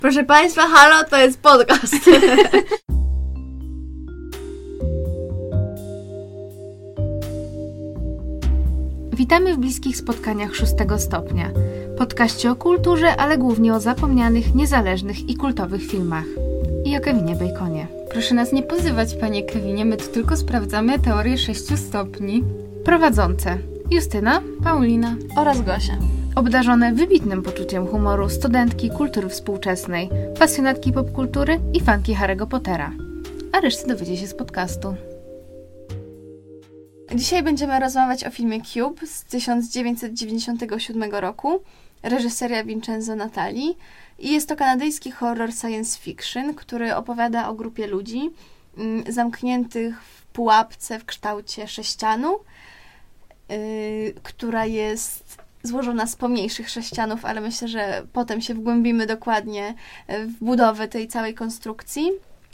Proszę Państwa, halo, to jest podcast. Witamy w bliskich spotkaniach 6 stopnia. Podcaście o kulturze, ale głównie o zapomnianych, niezależnych i kultowych filmach. I o Kevinie Baconie. Proszę nas nie pozywać, panie Kevinie, my tu tylko sprawdzamy teorię 6 stopni. Prowadzące Justyna, Paulina Oraz Gosia. Obdarzone wybitnym poczuciem humoru studentki kultury współczesnej, pasjonatki popkultury i fanki Harry'ego Pottera. A resztę dowiecie się z podcastu. Dzisiaj będziemy rozmawiać o filmie Cube z 1997 roku, reżyseria Vincenzo Natali. I jest to kanadyjski horror science fiction, który opowiada o grupie ludzi zamkniętych w pułapce w kształcie sześcianu, która jest złożona z pomniejszych sześcianów, ale myślę, że potem się wgłębimy dokładnie w budowę tej całej konstrukcji.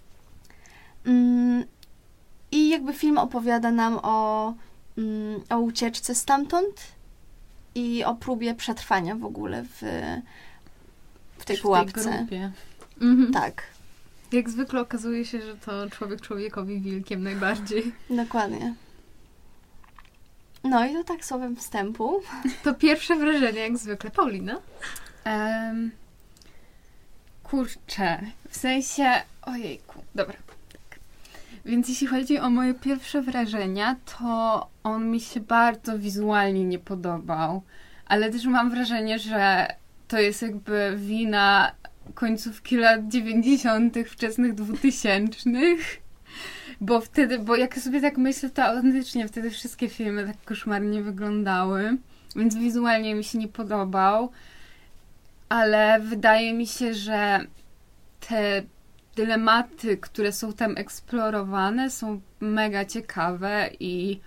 I jakby film opowiada nam o ucieczce stamtąd i o próbie przetrwania w ogóle w tej pułapce. W tej grupie. Tak. Jak zwykle okazuje się, że to człowiek człowiekowi wilkiem najbardziej. Dokładnie. No i to tak słowem wstępu. To pierwsze wrażenie, jak zwykle. Paulina? Kurczę. W sensie... Ojejku. Dobra. Tak. Więc jeśli chodzi o moje pierwsze wrażenia, to on mi się bardzo wizualnie nie podobał. Ale też mam wrażenie, że to jest jakby wina końcówki lat 90., wczesnych 2000. Bo jak sobie tak myślę, to autentycznie wtedy wszystkie filmy tak koszmarnie wyglądały, więc wizualnie mi się nie podobał, ale wydaje mi się, że te dylematy, które są tam eksplorowane, są mega ciekawe i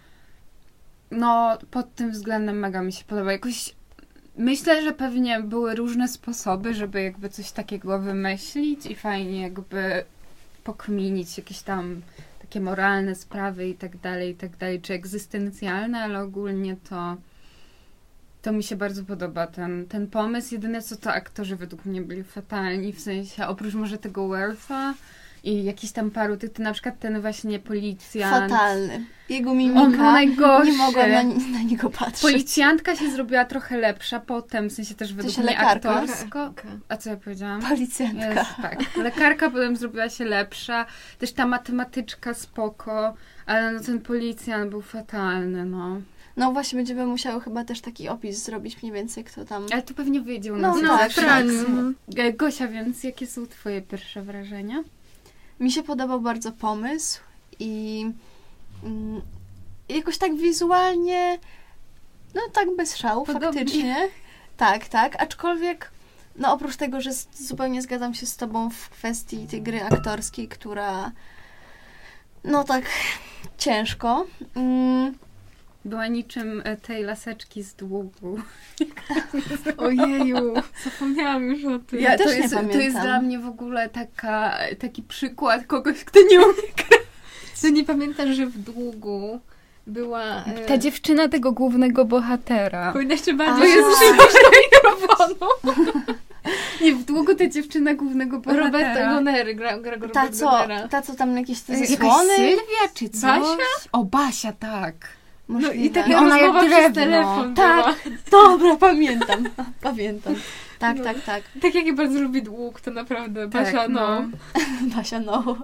no pod tym względem mega mi się podoba. Jakoś myślę, że pewnie były różne sposoby, żeby jakby coś takiego wymyślić i fajnie jakby pokminić jakieś tam takie moralne sprawy i tak dalej, czy egzystencjalne, ale ogólnie to mi się bardzo podoba ten pomysł. Jedyne co to aktorzy według mnie byli fatalni, w sensie oprócz może tego Wortha i jakiś tam paru tych, na przykład ten właśnie policjant. Fatalny. Jego mimika. On był najgorszy. Nie mogłam na niego patrzeć. Policjantka się zrobiła trochę lepsza potem, w sensie też według mnie lekarka. aktorsko. A co ja powiedziałam? Policjantka. Jest, tak. Lekarka potem zrobiła się lepsza. Też ta matematyczka spoko, ale no ten policjant był fatalny, no. No właśnie, będziemy musiały chyba też taki opis zrobić mniej więcej, kto tam... Ale to pewnie wyjdzie u No nas. tak. Gosia, więc jakie są twoje pierwsze wrażenia? Mi się podobał bardzo pomysł i jakoś tak wizualnie, no tak bez szału, Podobnie. faktycznie. Tak. Aczkolwiek, no oprócz tego, że zupełnie zgadzam się z tobą w kwestii tej gry aktorskiej, która no tak ciężko. Była niczym tej laseczki z długu. Ojeju, zapomniałam już o tym. Ja też nie To jest pamiętam. dla mnie w ogóle taki przykład kogoś, kto nie umie grać. Ty nie pamiętasz, że w długu była... Ta dziewczyna tego głównego bohatera. Powinnaś się A. bardziej przyjrzeć do mikrofonu. Nie, w długu ta dziewczyna głównego bohatera. Roberta Gonery, gra Robert Gonera. Ta, co tam jakieś te Jakaś zasłony? Sylwia czy coś? Basia? O, Basia, tak. No Możliwe. i taka Ona jak rozmowa drewno. przez telefon Tak, była. dobra, pamiętam. Tak. Tak jak ja bardzo lubię dług, to naprawdę Basia, no. Basia, no.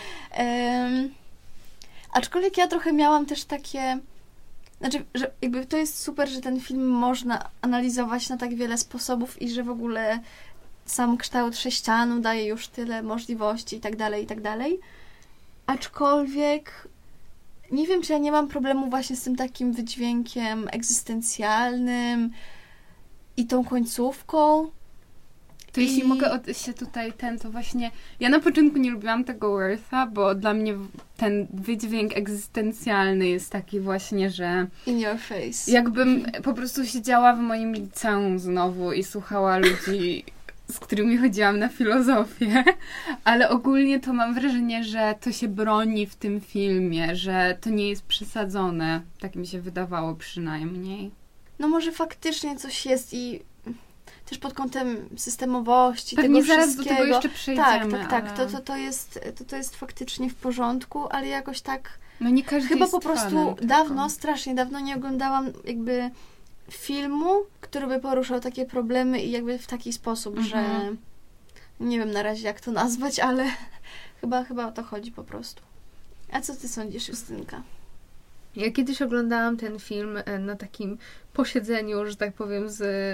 Aczkolwiek ja trochę miałam też takie... Znaczy, że jakby to jest super, że ten film można analizować na tak wiele sposobów i że w ogóle sam kształt sześcianu daje już tyle możliwości i tak dalej. Aczkolwiek nie wiem, czy ja nie mam problemu właśnie z tym takim wydźwiękiem egzystencjalnym i tą końcówką. To jeśli mogę się tutaj to właśnie... Ja na początku nie lubiłam tego Wortha, bo dla mnie ten wydźwięk egzystencjalny jest taki właśnie, że... In your face. Jakbym po prostu siedziała w moim liceum znowu i słuchała ludzi, z którymi chodziłam na filozofię, ale ogólnie to mam wrażenie, że to się broni w tym filmie, że to nie jest przesadzone. Tak mi się wydawało przynajmniej. No może faktycznie coś jest i też pod kątem systemowości, Pewnie tego zaraz wszystkiego. do tego jeszcze przejdziemy. Tak. Ale... To jest faktycznie w porządku, ale jakoś tak... No nie każdy Chyba jest po prostu fanem, strasznie dawno nie oglądałam jakby filmu, który by poruszał takie problemy i jakby w taki sposób, że nie wiem na razie jak to nazwać, ale chyba o to chodzi po prostu. A co ty sądzisz, Justynka? Ja kiedyś oglądałam ten film na takim posiedzeniu, że tak powiem,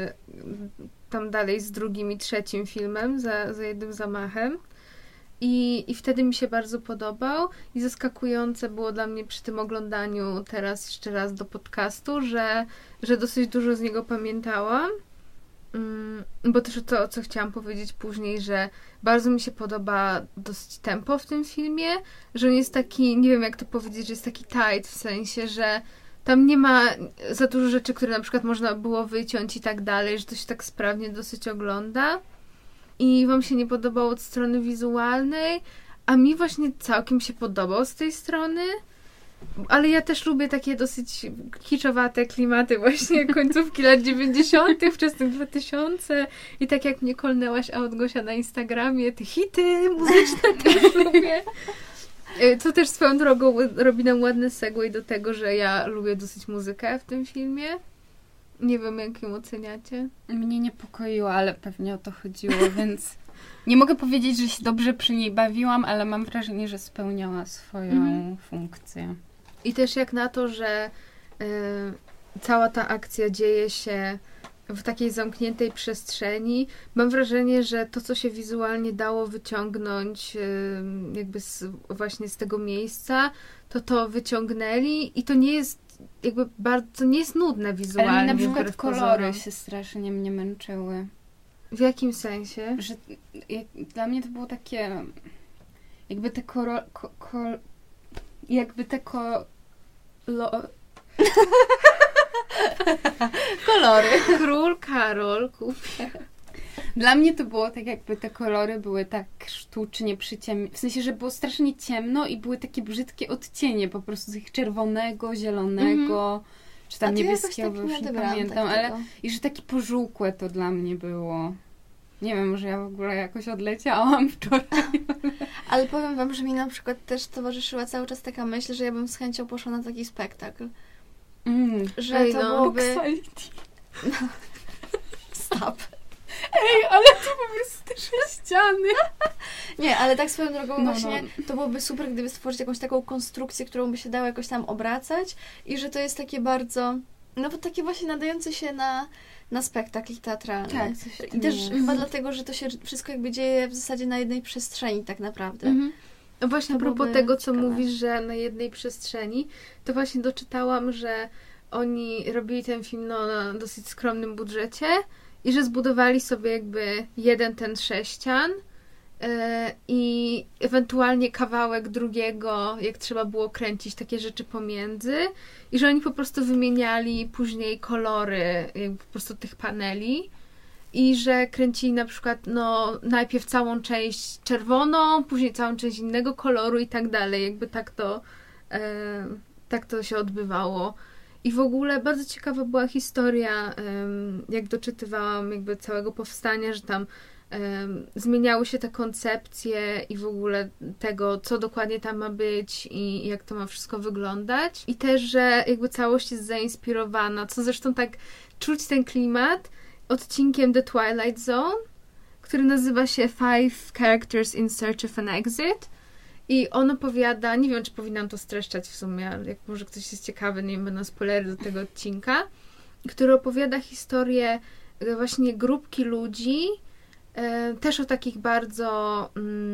tam dalej z drugim i trzecim filmem, za jednym zamachem. I wtedy mi się bardzo podobał i zaskakujące było dla mnie przy tym oglądaniu teraz jeszcze raz do podcastu, że dosyć dużo z niego pamiętałam. Bo też to, co chciałam powiedzieć później, że bardzo mi się podoba dosyć tempo w tym filmie, że on jest taki, nie wiem jak to powiedzieć, że jest taki tight, w sensie, że tam nie ma za dużo rzeczy, które na przykład można było wyciąć i tak dalej, że to się tak sprawnie dosyć ogląda. I wam się nie podobało od strony wizualnej, a mi właśnie całkiem się podobał z tej strony. Ale ja też lubię takie dosyć kiczowate klimaty właśnie końcówki lat 90., wczesnych 2000 i tak jak mnie kolnęłaś od Gosia na Instagramie, te hity muzyczne też lubię. Co też swoją drogą robi nam ładny segway do tego, że ja lubię dosyć muzykę w tym filmie. Nie wiem, jak ją oceniacie. Mnie niepokoiło, ale pewnie o to chodziło, więc nie mogę powiedzieć, że się dobrze przy niej bawiłam, ale mam wrażenie, że spełniała swoją funkcję. I też jak na to, że cała ta akcja dzieje się w takiej zamkniętej przestrzeni, mam wrażenie, że to, co się wizualnie dało wyciągnąć jakby właśnie z tego miejsca, to wyciągnęli i to nie jest jakby bardzo, nie jest nudne wizualnie. Ale na przykład kolory się strasznie mnie męczyły. W jakim sensie? Że dla mnie to było takie jakby te Kolory. Król Karol kupi. Dla mnie to było tak, jakby te kolory były tak sztucznie przyciemnione. W sensie, że było strasznie ciemno i były takie brzydkie odcienie po prostu z ich czerwonego, zielonego, czy tam niebieskiego, już nie pamiętam, ale i że takie pożółkłe to dla mnie było. Nie wiem, może ja w ogóle jakoś odleciałam wczoraj. Ale powiem wam, że mi na przykład też towarzyszyła cały czas taka myśl, że ja bym z chęcią poszła na taki spektakl. Że to byłoby... Stop. Ej, ale to po prostu te sześciany. Nie, ale tak swoją drogą właśnie to byłoby super, gdyby stworzyć jakąś taką konstrukcję, którą by się dało jakoś tam obracać i że to jest takie bardzo, no bo takie właśnie nadające się na spektakl teatralny. Tak, i też chyba dlatego, że to się wszystko jakby dzieje w zasadzie na jednej przestrzeni tak naprawdę. No właśnie, a propos tego, co mówisz, że na jednej przestrzeni, to właśnie doczytałam, że oni robili ten film na dosyć skromnym budżecie i że zbudowali sobie jakby jeden ten sześcian i ewentualnie kawałek drugiego, jak trzeba było kręcić takie rzeczy pomiędzy i że oni po prostu wymieniali później kolory jakby po prostu tych paneli i że kręcili na przykład najpierw całą część czerwoną, później całą część innego koloru i tak dalej. Jakby tak to się odbywało. I w ogóle bardzo ciekawa była historia, jak doczytywałam jakby całego powstania, że tam zmieniały się te koncepcje i w ogóle tego, co dokładnie tam ma być i jak to ma wszystko wyglądać. I też, że jakby całość jest zainspirowana, co zresztą tak czuć ten klimat odcinkiem The Twilight Zone, który nazywa się Five Characters in Search of an Exit. I on opowiada, nie wiem, czy powinnam to streszczać w sumie, ale jak może ktoś jest ciekawy, nie będą spoilery do tego odcinka, który opowiada historię właśnie grupki ludzi, też o takich bardzo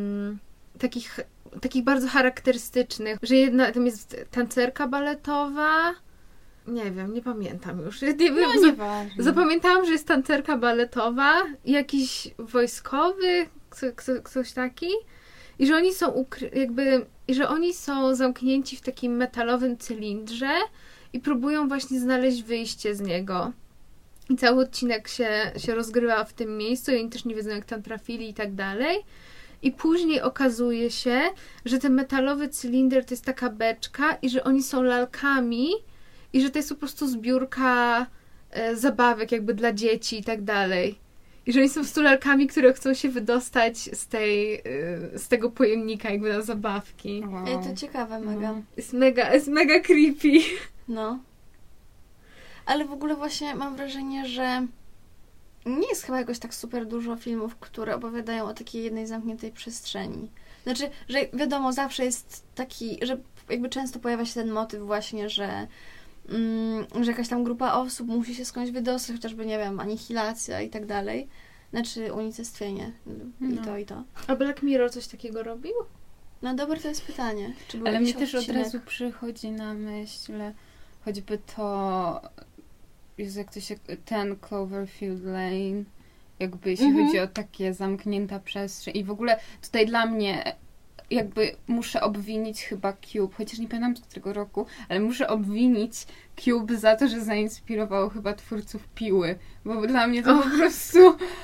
takich bardzo charakterystycznych, że jedna tam jest tancerka baletowa, nie wiem, nie pamiętam już. Nie wiem, zapamiętałam, że jest tancerka baletowa, jakiś wojskowy, ktoś taki. I że oni są że oni są zamknięci w takim metalowym cylindrze i próbują właśnie znaleźć wyjście z niego. I cały odcinek się rozgrywa w tym miejscu i oni też nie wiedzą, jak tam trafili i tak dalej. I później okazuje się, że ten metalowy cylinder to jest taka beczka i że oni są lalkami i że to jest po prostu zbiórka zabawek jakby dla dzieci i tak dalej. I że oni są stulalkami, które chcą się wydostać z tego pojemnika jakby na zabawki. Wow. To ciekawe mega. Jest mega creepy. No. Ale w ogóle właśnie mam wrażenie, że nie jest chyba jakoś tak super dużo filmów, które opowiadają o takiej jednej zamkniętej przestrzeni. Znaczy, że wiadomo, zawsze jest taki, że jakby często pojawia się ten motyw właśnie, że jakaś tam grupa osób musi się skądś wydostać, chociażby, nie wiem, anihilacja i tak dalej. Znaczy unicestwienie i to. A Black Mirror coś takiego robił? No dobre to jest pytanie. Czy był Ale mi jakiś też od odcinek? razu przychodzi na myśl choćby to, jak to się, ten Cloverfield Lane, jakby jeśli chodzi o takie zamknięta przestrzeń. I w ogóle tutaj dla mnie jakby muszę obwinić chyba Cube, chociaż nie pamiętam z którego roku, ale muszę obwinić Cube za to, że zainspirował chyba twórców Piły, bo dla mnie to po prostu...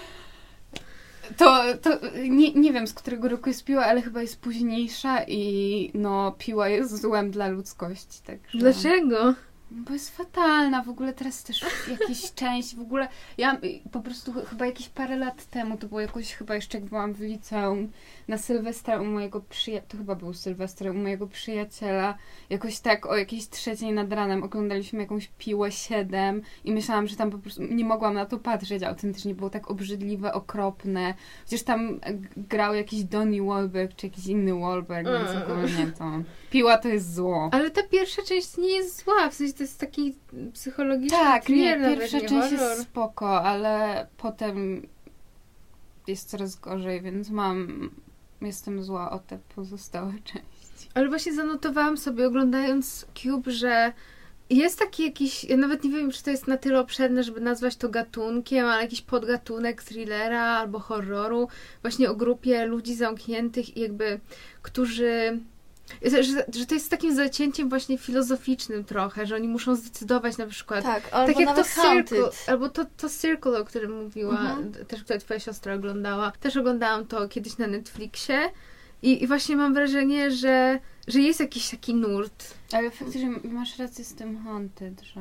To nie wiem, z którego roku jest Piła, ale chyba jest późniejsza i no Piła jest złem dla ludzkości, także... Dlaczego? Bo jest fatalna, w ogóle teraz też jakaś część, w ogóle ja po prostu chyba jakieś parę lat temu, to było jakoś chyba jeszcze jak byłam w liceum, na Sylwestra u mojego przyjaciela, to chyba był Sylwester u mojego przyjaciela, jakoś tak o jakiejś 3:00 nad ranem oglądaliśmy jakąś Piłę 7 i myślałam, że tam po prostu nie mogłam na to patrzeć, autentycznie było tak obrzydliwe, okropne, chociaż tam grał jakiś Donnie Wahlberg, czy jakiś inny Wahlberg, więc ogólnie to Piła to jest zło. Ale ta pierwsza część nie jest zła, w sensie to jest taki psychologiczny Tak, thriller, nie, nawet pierwsza nie część horror. jest spoko, ale potem jest coraz gorzej, więc jestem zła o te pozostałe części. Ale właśnie zanotowałam sobie, oglądając Cube, że jest taki jakiś, ja nawet nie wiem, czy to jest na tyle obszerne, żeby nazwać to gatunkiem, ale jakiś podgatunek thrillera albo horroru, właśnie o grupie ludzi zamkniętych i jakby, którzy... Że to jest takim zacięciem właśnie filozoficznym trochę, że oni muszą zdecydować na przykład... Tak, albo tak jak nawet to Circle, Haunted. albo to Circle, o którym mówiła, też która twoja siostra oglądała. Też oglądałam to kiedyś na Netflixie i właśnie mam wrażenie, że jest jakiś taki nurt. Ale faktycznie masz rację z tym Haunted, że...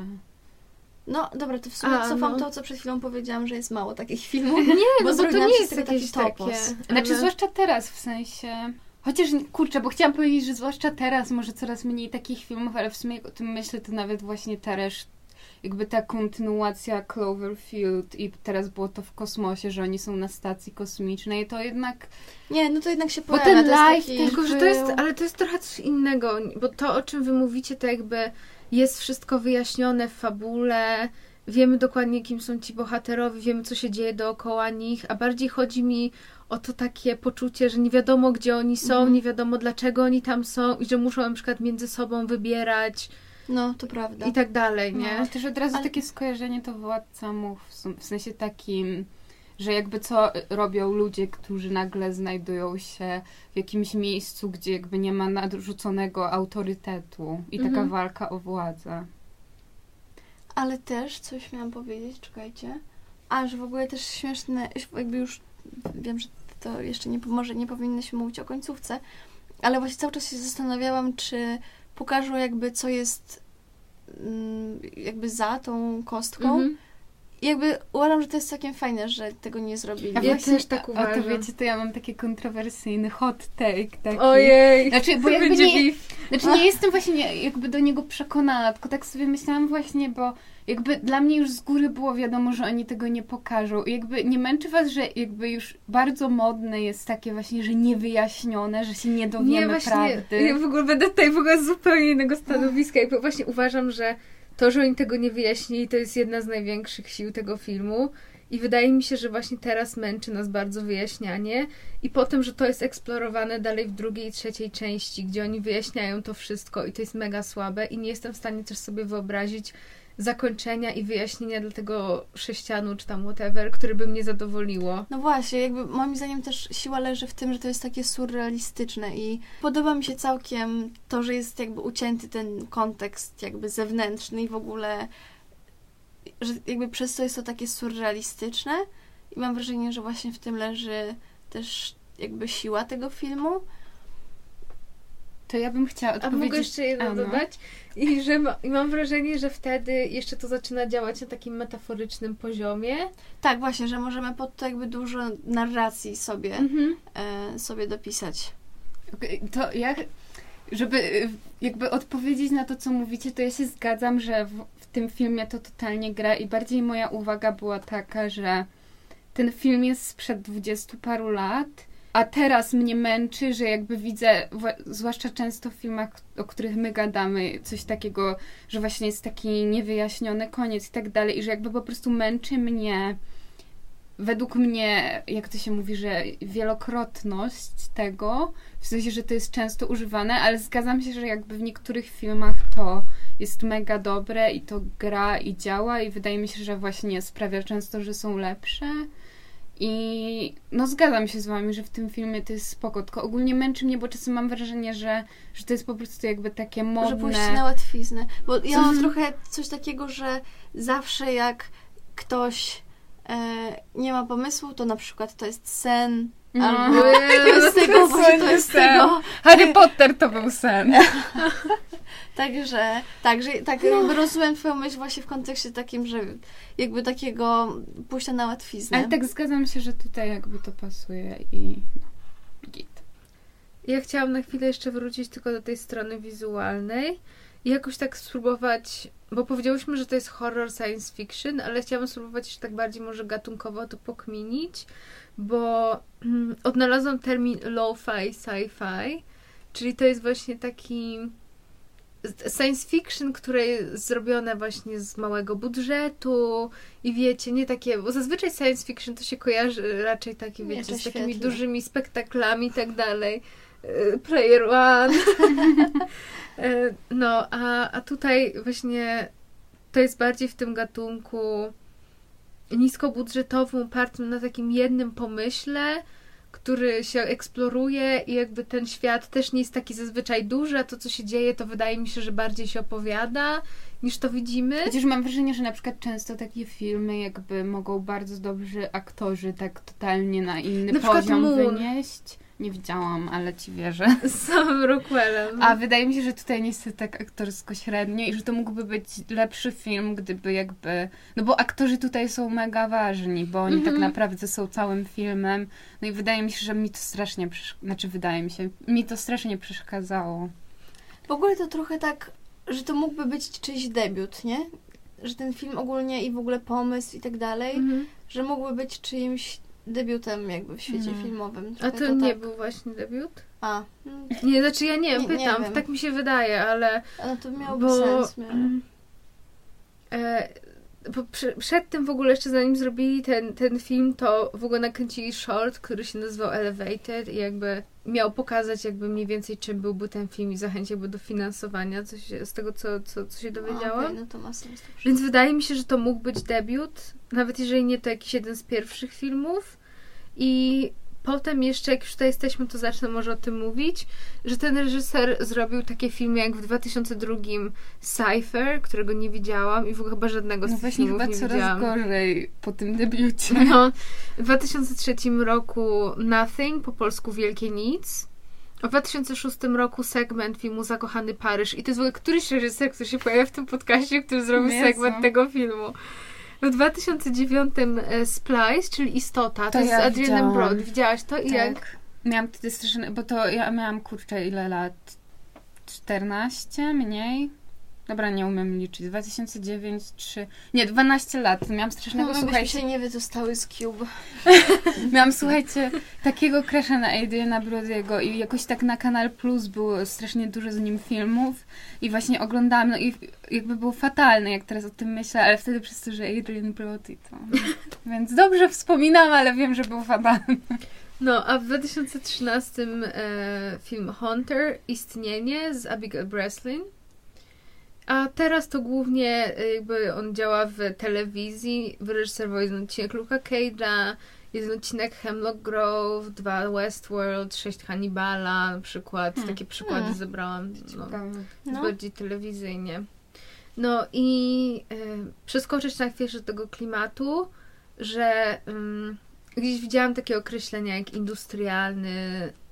No dobra, to w sumie cofam to, co przed chwilą powiedziałam, że jest mało takich filmów. Nie, bo bo to nie jest taki jakieś topos. takie. Znaczy zwłaszcza teraz, w sensie... Chociaż, kurczę, bo chciałam powiedzieć, że zwłaszcza teraz może coraz mniej takich filmów, ale w sumie jak o tym myślę, to nawet właśnie jakby ta kontynuacja Cloverfield i teraz było to w kosmosie, że oni są na stacji kosmicznej, to jednak... Nie, no to jednak się Bo pojawia. ten to jest live taki... też Tylko, że to jest, ale to jest trochę coś innego, bo to, o czym wy mówicie, to jakby jest wszystko wyjaśnione w fabule, wiemy dokładnie, kim są ci bohaterowie, wiemy, co się dzieje dookoła nich, a bardziej chodzi mi o to takie poczucie, że nie wiadomo, gdzie oni są, nie wiadomo, dlaczego oni tam są i że muszą na przykład między sobą wybierać No, to prawda. i tak dalej, nie? No, też od razu takie skojarzenie to Władca Much, w sensie takim, że jakby co robią ludzie, którzy nagle znajdują się w jakimś miejscu, gdzie jakby nie ma narzuconego autorytetu i taka walka o władzę. Ale też coś miałam powiedzieć, czekajcie. A, że w ogóle też śmieszne, jakby już wiem, że to jeszcze nie powinnyśmy mówić o końcówce, ale właśnie cały czas się zastanawiałam, czy pokażą jakby co jest jakby za tą kostką. I jakby uważam, że to jest całkiem fajne, że tego nie zrobili. Ja też tak A uważam. to wiecie, to ja mam taki kontrowersyjny hot take. Taki. Ojej! Znaczy, bo jakby nie jestem właśnie jakby do niego przekonana, tylko tak sobie myślałam właśnie, bo jakby dla mnie już z góry było wiadomo, że oni tego nie pokażą. I jakby nie męczy was, że jakby już bardzo modne jest takie właśnie, że niewyjaśnione, że się nie dowiemy prawdy. Ja w ogóle będę tutaj w ogóle z zupełnie innego stanowiska. Jakby właśnie uważam, że to, że oni tego nie wyjaśnili, to jest jedna z największych sił tego filmu. I wydaje mi się, że właśnie teraz męczy nas bardzo wyjaśnianie. I potem, że to jest eksplorowane dalej w drugiej i trzeciej części, gdzie oni wyjaśniają to wszystko i to jest mega słabe. I nie jestem w stanie też sobie wyobrazić zakończenia i wyjaśnienia dla tego sześcianu, czy tam whatever, który by mnie zadowoliło. No właśnie, jakby moim zdaniem też siła leży w tym, że to jest takie surrealistyczne i podoba mi się całkiem to, że jest jakby ucięty ten kontekst jakby zewnętrzny i w ogóle, że jakby przez to jest to takie surrealistyczne i mam wrażenie, że właśnie w tym leży też jakby siła tego filmu. To ja bym chciała odpowiedzieć... A mogę jeszcze jedno dodać? I mam wrażenie, że wtedy jeszcze to zaczyna działać na takim metaforycznym poziomie. Tak, właśnie, że możemy pod to jakby dużo narracji sobie dopisać. To ja, żeby jakby odpowiedzieć na to, co mówicie, to ja się zgadzam, że w tym filmie to totalnie gra i bardziej moja uwaga była taka, że ten film jest sprzed 20 paru lat, a teraz mnie męczy, że jakby widzę, zwłaszcza często w filmach, o których my gadamy, coś takiego, że właśnie jest taki niewyjaśniony koniec i tak dalej i że jakby po prostu męczy mnie, według mnie, jak to się mówi, że wielokrotność tego, w sensie, że to jest często używane, ale zgadzam się, że jakby w niektórych filmach to jest mega dobre i to gra i działa i wydaje mi się, że właśnie sprawia często, że są lepsze. I no zgadzam się z wami, że w tym filmie to jest spoko, tylko ogólnie męczy mnie, bo czasem mam wrażenie, że to jest po prostu jakby takie modne. Że pójść na łatwiznę. Bo ja mam trochę coś takiego, że zawsze jak ktoś nie ma pomysłu, to na przykład to jest sen, albo to jest tego, właśnie to jest tego. Harry Potter to był sen. Także, tak jakby rozumiem twoją myśl właśnie w kontekście takim, że jakby takiego pójścia na łatwiznę. Ale tak zgadzam się, że tutaj jakby to pasuje i git. Ja chciałam na chwilę jeszcze wrócić tylko do tej strony wizualnej i jakoś tak spróbować, bo powiedziałyśmy, że to jest horror science fiction, ale chciałam spróbować jeszcze tak bardziej może gatunkowo to pokminić, bo odnalazłam termin lo-fi sci-fi, czyli to jest właśnie taki science fiction, które jest zrobione właśnie z małego budżetu i wiecie, nie takie, bo zazwyczaj science fiction to się kojarzy raczej takie, wiecie, z takimi dużymi spektaklami i tak dalej. Player One. No, a tutaj właśnie to jest bardziej w tym gatunku niskobudżetowym, opartym na takim jednym pomyśle, który się eksploruje i jakby ten świat też nie jest taki zazwyczaj duży, a to, co się dzieje, to wydaje mi się, że bardziej się opowiada, niż to widzimy. Chociaż mam wrażenie, że na przykład często takie filmy jakby mogą bardzo dobrzy aktorzy tak totalnie na inny poziom wynieść. Nie widziałam, ale ci wierzę. Z samym Rockwellem. A wydaje mi się, że tutaj niestety tak aktorsko średnio i że to mógłby być lepszy film, gdyby jakby... No bo aktorzy tutaj są mega ważni, bo oni tak naprawdę są całym filmem. No i wydaje mi się, że mi to strasznie... mi to strasznie przeszkadzało. W ogóle to trochę tak, że to mógłby być czyjś debiut, nie? Że ten film ogólnie i w ogóle pomysł i tak dalej, że mógłby być czyimś debiutem jakby w świecie filmowym. A to nie był właśnie debiut? A. Nie, znaczy ja nie pytam, nie wiem. Tak mi się wydaje, ale... Ale to miałoby sens. Bo przed tym w ogóle, jeszcze zanim zrobili ten film, to w ogóle nakręcili short, który się nazywał Elevated i jakby miał pokazać jakby mniej więcej czym byłby ten film i zachęciłby do finansowania, z tego co się dowiedziałam. Okay, no to ma sens. Więc wydaje mi się, że to mógł być debiut, nawet jeżeli nie to jakiś jeden z pierwszych filmów. I potem jeszcze, jak już tutaj jesteśmy, to zacznę może o tym mówić, że ten reżyser zrobił takie filmy jak w 2002 Cypher, którego nie widziałam i w ogóle chyba żadnego z tych filmów nie widziałam. No właśnie chyba coraz gorzej po tym debiucie. No, w 2003 roku Nothing, po polsku Wielkie Nic. W 2006 roku segment filmu Zakochany Paryż. I to jest w ogóle któryś reżyser, który się pojawia w tym podcaście, który zrobił segment tego filmu. W 2009 Splice, czyli Istota, to jest z Adrianem Brody. Widziałaś to? I tak. Jak? Miałam wtedy strasznie, bo to ja miałam, kurczę, ile lat? 14? Mniej? Dobra, nie umiem liczyć. 2009, 3... Nie, 12 lat. Miałam strasznego, słuchajcie... się nie wydostały z Cube. Miałam, słuchajcie, takiego crusha na Adriana Brody'ego i jakoś tak na Kanal Plus było strasznie dużo z nim filmów i właśnie oglądałam, no i jakby był fatalny, jak teraz o tym myślę, ale wtedy przez to, że Adrian Brody to... Więc dobrze wspominam, ale wiem, że był fatalny. No, a w 2013 film Hunter, Istnienie z Abigail Breslin. A teraz to głównie jakby on działa w telewizji, wyreżyserował jeden odcinek Luke'a Cage'a, jeden odcinek Hemlock Grove, 2 Westworld, 6 Hannibala na przykład. Takie przykłady zebrałam. No, bardziej telewizyjnie. No i przeskoczyć na chwilę do tego klimatu, że gdzieś widziałam takie określenia jak industrialny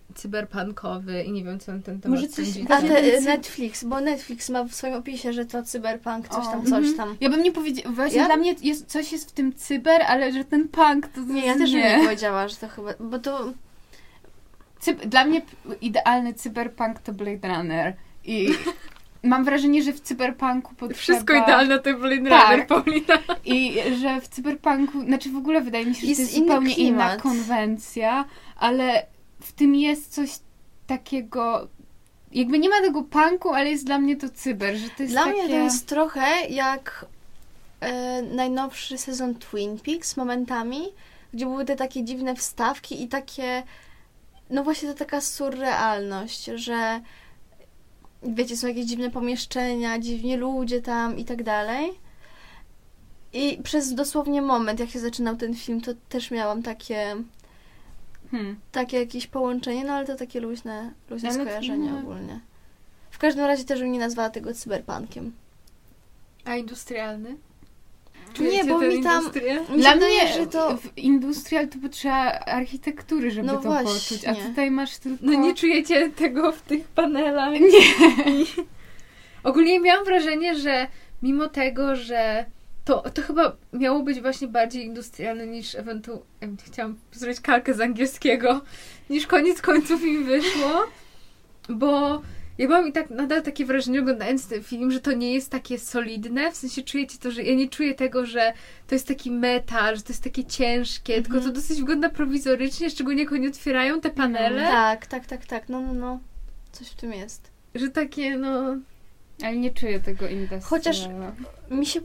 cyberpunkowy i nie wiem, co na ten temat Może coś sądzicie. A Właśnie Netflix, bo Netflix ma w swoim opisie, że to cyberpunk, coś tam. Ja bym nie powiedziała, właśnie dla mnie coś jest w tym cyber, ale że ten punk to Nie, ja też bym nie powiedziała, że to chyba, bo to... Dla mnie idealny cyberpunk to Blade Runner i mam wrażenie, że w cyberpunku potrzeba... Wszystko idealne to Blade Runner, Tak. Paulina. I że w cyberpunku, znaczy w ogóle wydaje mi się, że Jest to jest inny zupełnie inna klimat. konwencja, ale w tym jest coś takiego, jakby nie ma tego punku, ale jest dla mnie to cyber, że to jest Dla takie... mnie to jest trochę jak najnowszy sezon Twin Peaks momentami, gdzie były te takie dziwne wstawki i takie, no właśnie to taka surrealność, że wiecie, są jakieś dziwne pomieszczenia, dziwni ludzie tam i tak dalej. I przez dosłownie moment, jak się zaczynał ten film, to też miałam takie jakieś połączenie, no ale to takie luźne skojarzenie ogólnie. W każdym razie też bym nie nazwała tego cyberpunkiem. A industrialny? Nie, bo mi tam... Dla mnie że to... w industrial to potrzeba architektury, żeby No to właśnie. poczuć, a tutaj masz tylko... No nie czujecie tego w tych panelach. Nie. Ogólnie miałam wrażenie, że mimo tego, że to chyba miało być właśnie bardziej industrialne niż chciałam zrobić kalkę z angielskiego, niż koniec końców im wyszło, bo ja mam i tak nadal takie wrażenie oglądając ten film, że to nie jest takie solidne, w sensie czujecie to, że ja nie czuję tego, że to jest taki metal, że to jest takie ciężkie, tylko to dosyć wygląda prowizorycznie, szczególnie jak oni otwierają te panele. Tak, no. Coś w tym jest. Że takie, no... Ale nie czuję tego industrial. Chociaż mi się...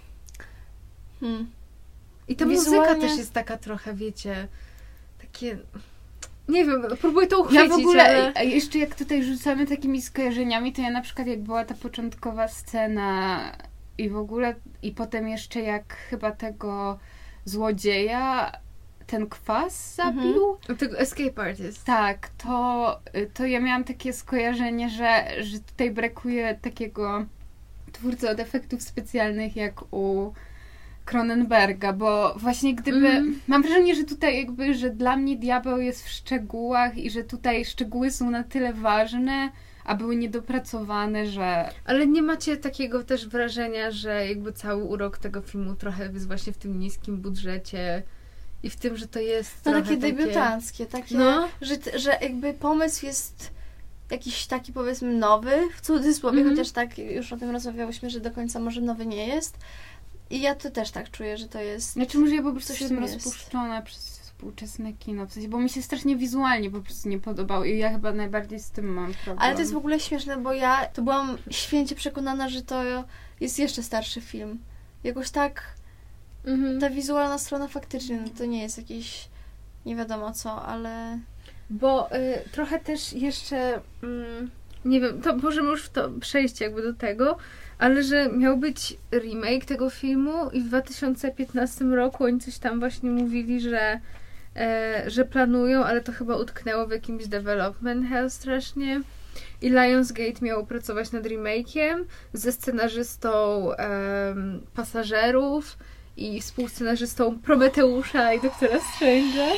I ta Wizualnie... muzyka też jest taka trochę, wiecie, takie... Nie wiem, próbuję to uchwycić, ja w ogóle, ale... jeszcze jak tutaj rzucamy takimi skojarzeniami, to ja na przykład jak była ta początkowa scena i w ogóle, i potem jeszcze jak chyba tego złodzieja ten kwas zabił. Tego Escape Artist. Tak, to ja miałam takie skojarzenie, że tutaj brakuje takiego twórcy od efektów specjalnych jak u Cronenberga, bo właśnie gdyby... Mam wrażenie, że tutaj jakby, że dla mnie diabeł jest w szczegółach i że tutaj szczegóły są na tyle ważne, a były niedopracowane, że... Ale nie macie takiego też wrażenia, że jakby cały urok tego filmu trochę jest właśnie w tym niskim budżecie i w tym, że to jest No trochę takie debiutanckie, takie, że jakby pomysł jest jakiś taki powiedzmy nowy, w cudzysłowie, chociaż tak już o tym rozmawiałyśmy, że do końca może nowy nie jest. I ja to też tak czuję, że to jest... Znaczy może ja po prostu coś jestem rozpuszczona przez współczesne kino, w sensie, bo mi się strasznie wizualnie po prostu nie podobało i ja chyba najbardziej z tym mam problem. Ale to jest w ogóle śmieszne, bo ja to byłam święcie przekonana, że to jest jeszcze starszy film. Jakoś tak ta wizualna strona faktycznie, no to nie jest jakiś nie wiadomo co, ale... Bo trochę też jeszcze, nie wiem, to możemy już w to przejść jakby do tego, ale że miał być remake tego filmu i w 2015 roku oni coś tam właśnie mówili, że planują, ale to chyba utknęło w jakimś development hell strasznie. I Lionsgate miało pracować nad remake'iem ze scenarzystą Pasażerów i współscenarzystą Prometeusza i Doktora Strange'a.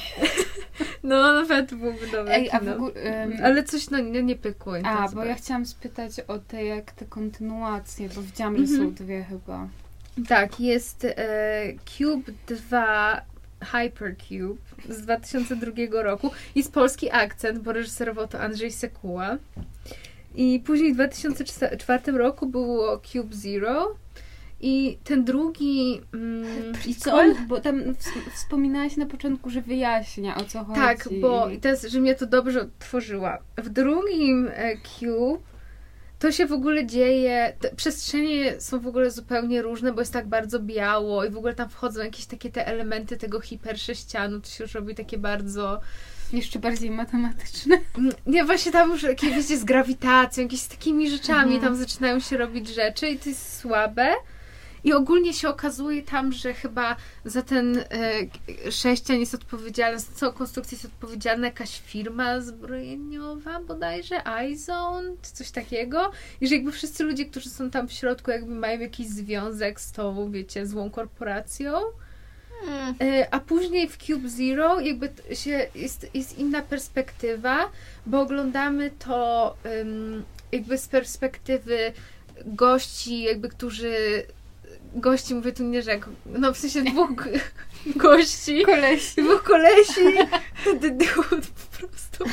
No, nawet byłby dobry. Ale coś nie pykło. Bo ja chciałam spytać o te kontynuacje, bo widziałam, że są dwie chyba. Tak, jest Cube 2 Hypercube z 2002 roku. Jest polski akcent, bo reżyserował to Andrzej Sekuła. I później w 2004 roku było Cube Zero. I ten drugi... I co bo tam wspominałaś na początku, że wyjaśnia, o co chodzi. Tak, bo teraz, że mnie to dobrze odtworzyła. W drugim Cube to się w ogóle dzieje... Przestrzenie są w ogóle zupełnie różne, bo jest tak bardzo biało i w ogóle tam wchodzą jakieś takie te elementy tego hipersześcianu. To się już robi takie bardzo... Jeszcze bardziej matematyczne. Nie, właśnie tam już jakieś, wiecie, z grawitacją, jakieś z takimi rzeczami tam zaczynają się robić rzeczy i to jest słabe. I ogólnie się okazuje tam, że chyba za ten sześcian jest odpowiedzialna, za całą konstrukcję jest odpowiedzialna jakaś firma zbrojeniowa bodajże, iZone, czy coś takiego. I że jakby wszyscy ludzie, którzy są tam w środku, jakby mają jakiś związek z tą, wiecie, złą korporacją. A później w Cube Zero jakby jest inna perspektywa, bo oglądamy to jakby z perspektywy gości, jakby gości, mówię tu nie, że no w sensie dwóch gości. Dwóch kolesi. The dude po prostu.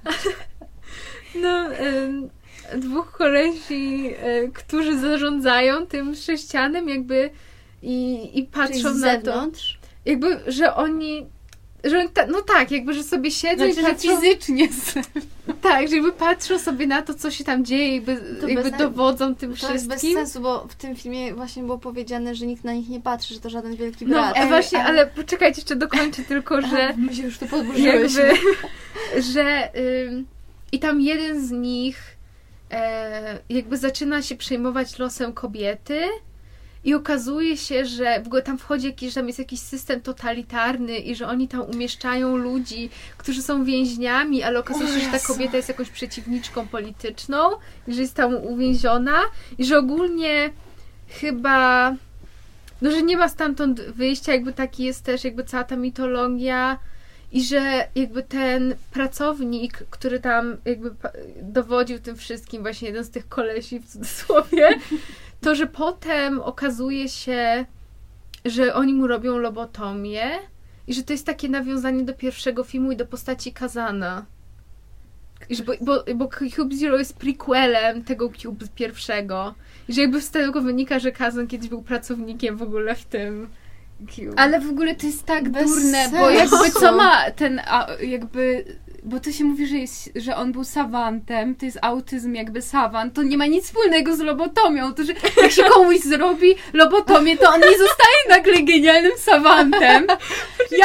No, dwóch kolesi, którzy zarządzają tym sześcianem jakby i patrzą na to. Jakby, że oni no tak, jakby, że sobie siedzą i patrzą... fizycznie. Tak, że jakby patrzą sobie na to, co się tam dzieje, jakby dowodzą tym wszystkim. To jest bez sensu, bo w tym filmie właśnie było powiedziane, że nikt na nich nie patrzy, że to żaden wielki brat. No właśnie, ale poczekajcie, jeszcze dokończę tylko, że... My się już tu podburzyłyśmy. Że i tam jeden z nich jakby zaczyna się przejmować losem kobiety i okazuje się, że w ogóle tam wchodzi tam jest jakiś system totalitarny i że oni tam umieszczają ludzi, którzy są więźniami, ale okazuje się, że ta kobieta jest jakąś przeciwniczką polityczną i że jest tam uwięziona i że ogólnie chyba no, że nie ma stamtąd wyjścia, jakby taki jest też jakby cała ta mitologia i że jakby ten pracownik, który tam jakby dowodził tym wszystkim, właśnie jeden z tych kolesi w cudzysłowie, to, że potem okazuje się, że oni mu robią lobotomię i że to jest takie nawiązanie do pierwszego filmu i do postaci Kazana. Bo Cube Zero jest prequelem tego Cube pierwszego. I że jakby z tego wynika, że Kazan kiedyś był pracownikiem w ogóle w tym Cube. Ale w ogóle to jest tak Bez durne, sensu. bo jakby co ma ten jakby... Bo to się mówi, że on był savantem, to jest autyzm jakby savant, to nie ma nic wspólnego z lobotomią, to że jak się komuś zrobi lobotomię, to on nie zostaje nagle genialnym savantem. Ja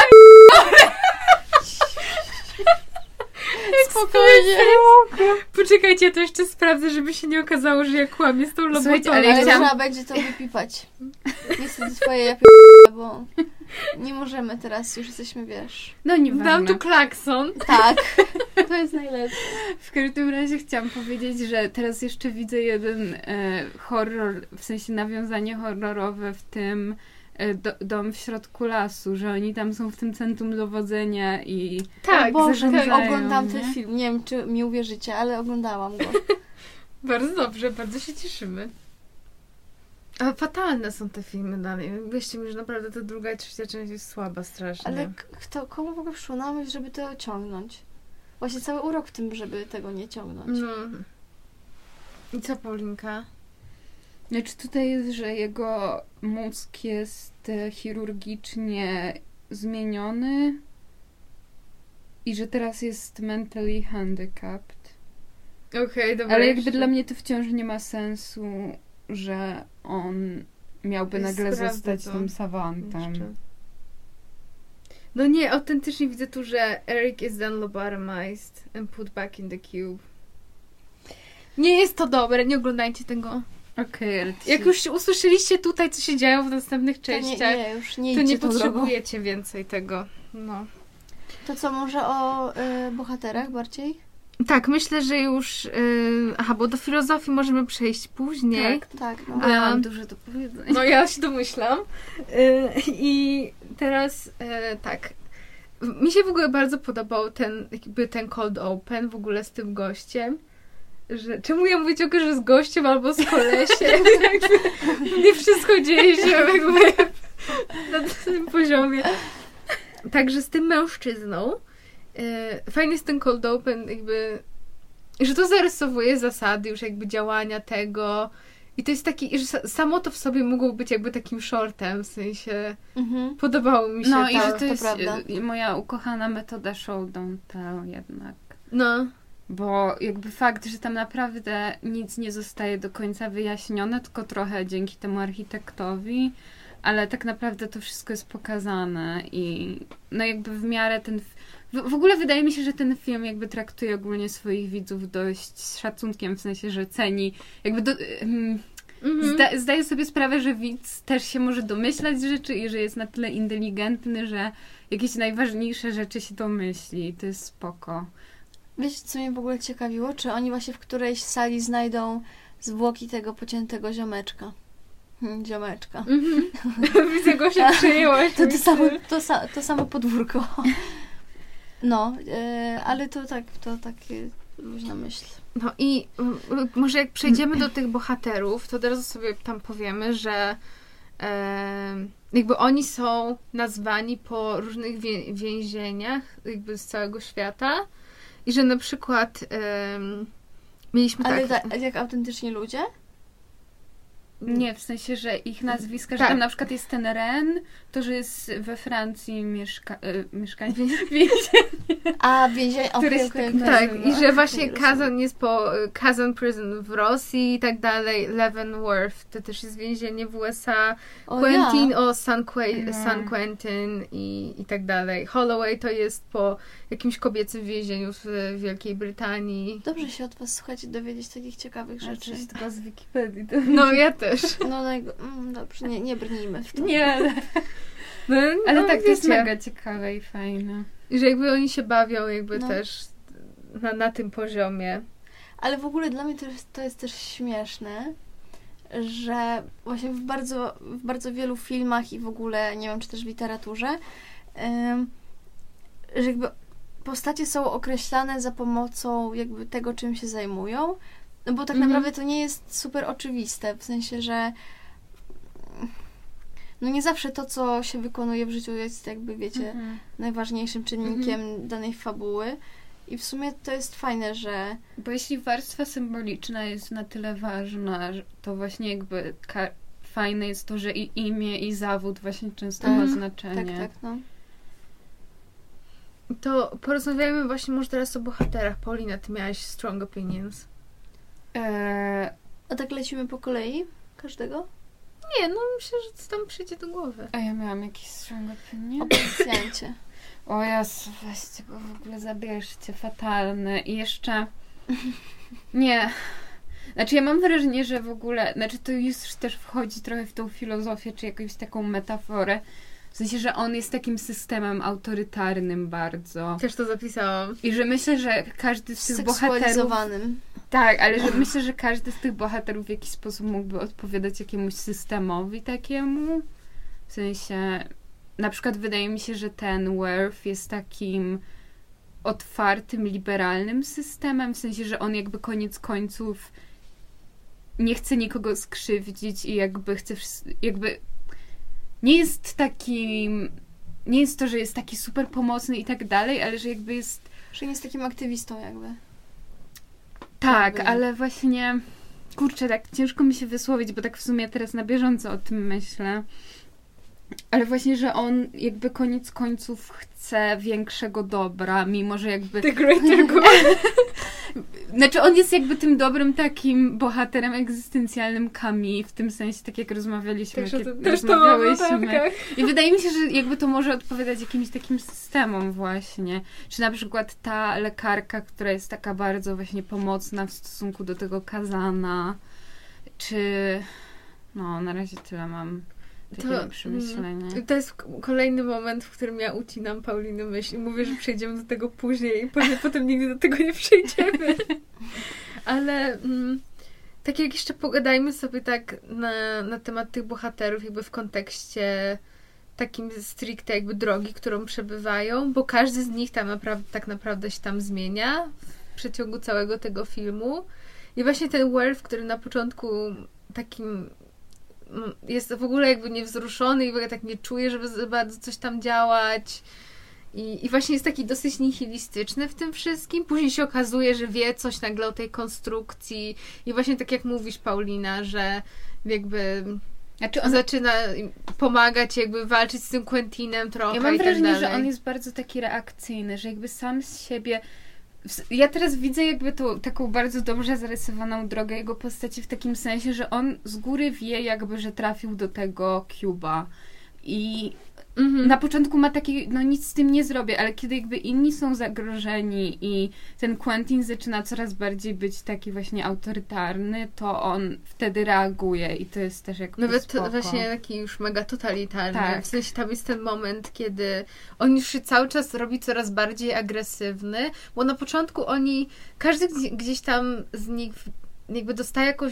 Spokojnie. Poczekajcie, ja to jeszcze sprawdzę, żeby się nie okazało, że ja kłamię z tą lobotomią. Słuchajcie, Ale trzeba będzie to wypipać. Niestety twoje bo nie możemy teraz, już jesteśmy, wiesz... No nieważne. Dam tu klakson. Tak, to jest najlepsze. W każdym razie chciałam powiedzieć, że teraz jeszcze widzę jeden horror, w sensie nawiązanie horrorowe w tym Dom w środku lasu, że oni tam są w tym centrum dowodzenia i Tak, Boże, zarządzają, oglądam nie? ten film. Nie wiem, czy mi uwierzycie, ale oglądałam go. Bardzo dobrze, bardzo się cieszymy. Ale fatalne są te filmy dalej. Wierzcie mi, że naprawdę ta druga i trzecia część jest słaba strasznie. Ale komu w ogóle przyszło na myśl, żeby to ciągnąć? Właśnie cały urok w tym, żeby tego nie ciągnąć. No. I co, Paulinka? Znaczy tutaj jest, że jego mózg jest chirurgicznie zmieniony i że teraz jest mentally handicapped. Okej, dobra. Ale jakby dla mnie to wciąż nie ma sensu, że on miałby nagle zostać tym savantem. Jeszcze. No nie, autentycznie widzę tu, że Eric is then lobotomized and put back in the cube. Nie jest to dobre, nie oglądajcie tego. Okej, ale Jak już usłyszeliście tutaj, co się działo w następnych To częściach, już nie to idźcie nie tą drogą. potrzebujecie więcej tego. No. To co, może o bohaterach bardziej? Tak, myślę, że już... bo do filozofii możemy przejść później. Tak. No. bo ja mam dużo do powiedzenia. No ja się domyślam. I teraz tak. Mi się w ogóle bardzo podobał ten cold open w ogóle z tym gościem. Że, czemu ja mówię ciągle, że z gościem albo z kolesiem? Nie wszystko dzieje się jakby na tym poziomie. Także z tym mężczyzną fajny jest ten cold open, jakby, że to zarysowuje zasady już jakby działania tego i to jest taki, że samo to w sobie mogło być jakby takim shortem, w sensie podobało mi się No to. i że to jest prawda. moja ukochana metoda show don't tell jednak. No. Bo jakby fakt, że tam naprawdę nic nie zostaje do końca wyjaśnione, tylko trochę dzięki temu architektowi, ale tak naprawdę to wszystko jest pokazane i no jakby w miarę w ogóle wydaje mi się, że ten film jakby traktuje ogólnie swoich widzów dość z szacunkiem, w sensie, że ceni jakby zdaje sobie sprawę, że widz też się może domyślać rzeczy i że jest na tyle inteligentny, że jakieś najważniejsze rzeczy się domyśli. To jest spoko. Wiecie, co mnie w ogóle ciekawiło? Czy oni właśnie w którejś sali znajdą zwłoki tego pociętego ziomeczka? Ziomeczka. Widzę, go się przyjęłaś. To samo podwórko. No, ale to takie luźna myśl. No i może jak przejdziemy do tych bohaterów, to od razu sobie tam powiemy, że jakby oni są nazwani po różnych więzieniach jakby z całego świata i że na przykład mieliśmy ale tak... jak autentycznie ludzie? Nie, w sensie, że ich nazwiska, że Tak. tam na przykład jest ten Ren, to że jest we Francji mieszkanie. A więzienie, Który się okej. tak Tak, nazywa. i że właśnie Okej, Kazan jest po Kazan Prison w Rosji i tak dalej. Leavenworth to też jest więzienie w USA. Quentin o San Quentin i tak dalej. Holloway to jest po jakimś kobiecym więzieniu w Wielkiej Brytanii. Dobrze się od was, słuchajcie, dowiedzieć takich ciekawych rzeczy. Rzeczy tylko z Wikipedii. No ja też. No dobrze, nie brnijmy w to. Nie, No, ale no, tak, to jest wiecie. mega ciekawe i fajne. I że jakby oni się bawią jakby No. też na tym poziomie. Ale w ogóle dla mnie to jest też śmieszne, że właśnie w bardzo wielu filmach i w ogóle, nie wiem, czy też w literaturze, że jakby postacie są określane za pomocą jakby tego, czym się zajmują, no bo tak naprawdę to nie jest super oczywiste, w sensie, że no nie zawsze to, co się wykonuje w życiu jest jakby, wiecie, najważniejszym czynnikiem danej fabuły. I w sumie to jest fajne, że... Bo jeśli warstwa symboliczna jest na tyle ważna, to właśnie jakby fajne jest to, że i imię, i zawód właśnie często ma znaczenie. Tak, no. To porozmawiajmy właśnie może teraz o bohaterach. Paulina, ty miałaś strong opinions. A tak lecimy po kolei? Każdego? Nie, no myślę, że co tam przyjdzie do głowy. A ja miałam jakiś strong opinion. O policjancie. O Jezu, weźcie go w ogóle zabierzcie, fatalny. I jeszcze... Nie. Znaczy ja mam wrażenie, że w ogóle... Znaczy to już też wchodzi trochę w tą filozofię, czy jakąś taką metaforę. W sensie, że on jest takim systemem autorytarnym bardzo. Też to zapisałam. I że myślę, że każdy z tych bohaterów... Seksualizowanym. Tak, ale że myślę, że każdy z tych bohaterów w jakiś sposób mógłby odpowiadać jakiemuś systemowi takiemu. W sensie... Na przykład wydaje mi się, że ten Worf jest takim otwartym, liberalnym systemem, w sensie, że on jakby koniec końców nie chce nikogo skrzywdzić i jakby chce... Jakby nie jest takim... Nie jest to, że jest taki super pomocny i tak dalej, ale że jakby jest... Że nie jest takim aktywistą jakby. Tak, Jakby. ale właśnie... Kurczę, tak ciężko mi się wysłowić, bo tak w sumie teraz na bieżąco o tym myślę. Ale właśnie, że on jakby koniec końców chce większego dobra, mimo że jakby... The greater good. Znaczy on jest jakby tym dobrym takim bohaterem egzystencjalnym Camille, w tym sensie, tak jak rozmawialiśmy, Też, kiedy też to mam w notatkach. I wydaje mi się, że jakby to może odpowiadać jakimś takim systemom właśnie. Czy na przykład ta lekarka, która jest taka bardzo właśnie pomocna w stosunku do tego Kazana, czy... No, na razie tyle mam takiego przemyślenia. To jest kolejny moment, w którym ja ucinam Pauliny myśl i mówię, że przejdziemy do tego później i potem nigdy do tego nie przejdziemy. Ale tak jak jeszcze pogadajmy sobie tak na temat tych bohaterów jakby w kontekście takim stricte jakby drogi, którą przebywają, bo każdy z nich tak naprawdę się tam zmienia w przeciągu całego tego filmu. I właśnie ten Worf, który na początku takim jest w ogóle jakby niewzruszony i w ogóle tak nie czuje, żeby za bardzo coś tam działać. I właśnie jest taki dosyć nihilistyczny w tym wszystkim. Później się okazuje, że wie coś nagle o tej konstrukcji. I właśnie tak jak mówisz, Paulina, że jakby Znaczy on... zaczyna pomagać, jakby walczyć z tym Quentinem trochę. Ja mam wrażenie, tak dalej. że on jest bardzo taki reakcyjny, że jakby sam z siebie... Ja teraz widzę jakby tą taką bardzo dobrze zarysowaną drogę jego postaci w takim sensie, że on z góry wie jakby, że trafił do tego Cuba i na początku ma taki, no nic z tym nie zrobię, ale kiedy jakby inni są zagrożeni i ten Quentin zaczyna coraz bardziej być taki właśnie autorytarny, to on wtedy reaguje i to jest też jakby Nawet spoko. właśnie taki już mega totalitarny. Tak. W sensie tam jest ten moment, kiedy on już się cały czas robi coraz bardziej agresywny, bo na początku każdy gdzieś tam z nich jakby dostaje jakąś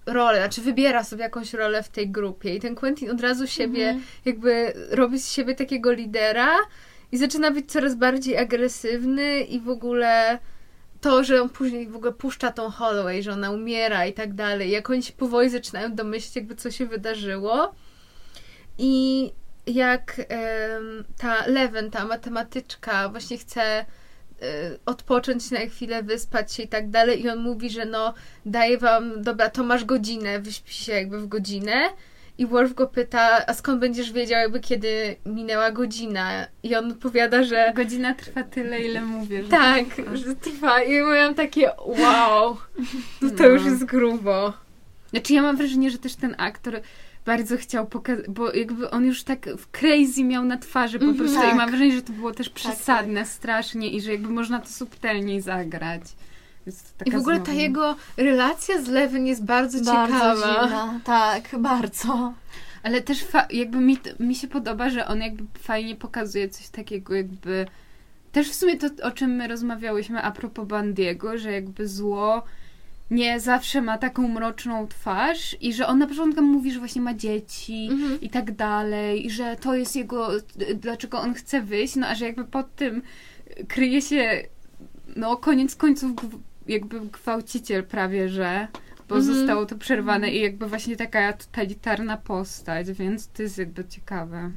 rolę, znaczy wybiera sobie jakąś rolę w tej grupie i ten Quentin od razu siebie jakby robi z siebie takiego lidera i zaczyna być coraz bardziej agresywny i w ogóle to, że on później w ogóle puszcza tą Holloway, że ona umiera i tak dalej. Jak oni się powoli zaczynają domyślać jakby co się wydarzyło i jak ta Leven, ta matematyczka właśnie chce odpocząć na chwilę, wyspać się i tak dalej i on mówi, że no daję wam, dobra, to masz godzinę, wyśpi się jakby w godzinę i Worf go pyta, a skąd będziesz wiedział jakby kiedy minęła godzina i on odpowiada, że godzina trwa tyle, ile mówię. Że tak, że trwa i miałam takie wow, to już jest grubo. Znaczy ja mam wrażenie, że też ten aktor bardzo chciał pokazać, bo jakby on już tak w crazy miał na twarzy po prostu i mam wrażenie, że to było też przesadne strasznie i że jakby można to subtelniej zagrać. I w ogóle ta jego relacja z Leven jest bardzo ciekawa. Dziwna. Tak, bardzo. Ale też jakby mi się podoba, że on jakby fajnie pokazuje coś takiego jakby też w sumie to, o czym my rozmawiałyśmy a propos Bandiego, że jakby zło nie zawsze ma taką mroczną twarz i że on na początku mówi, że właśnie ma dzieci i tak dalej i że to jest jego, dlaczego on chce wyjść, no a że jakby pod tym kryje się no koniec końców jakby gwałciciel prawie, że bo zostało to przerwane i jakby właśnie taka totalitarna postać, więc to jest jakby ciekawe.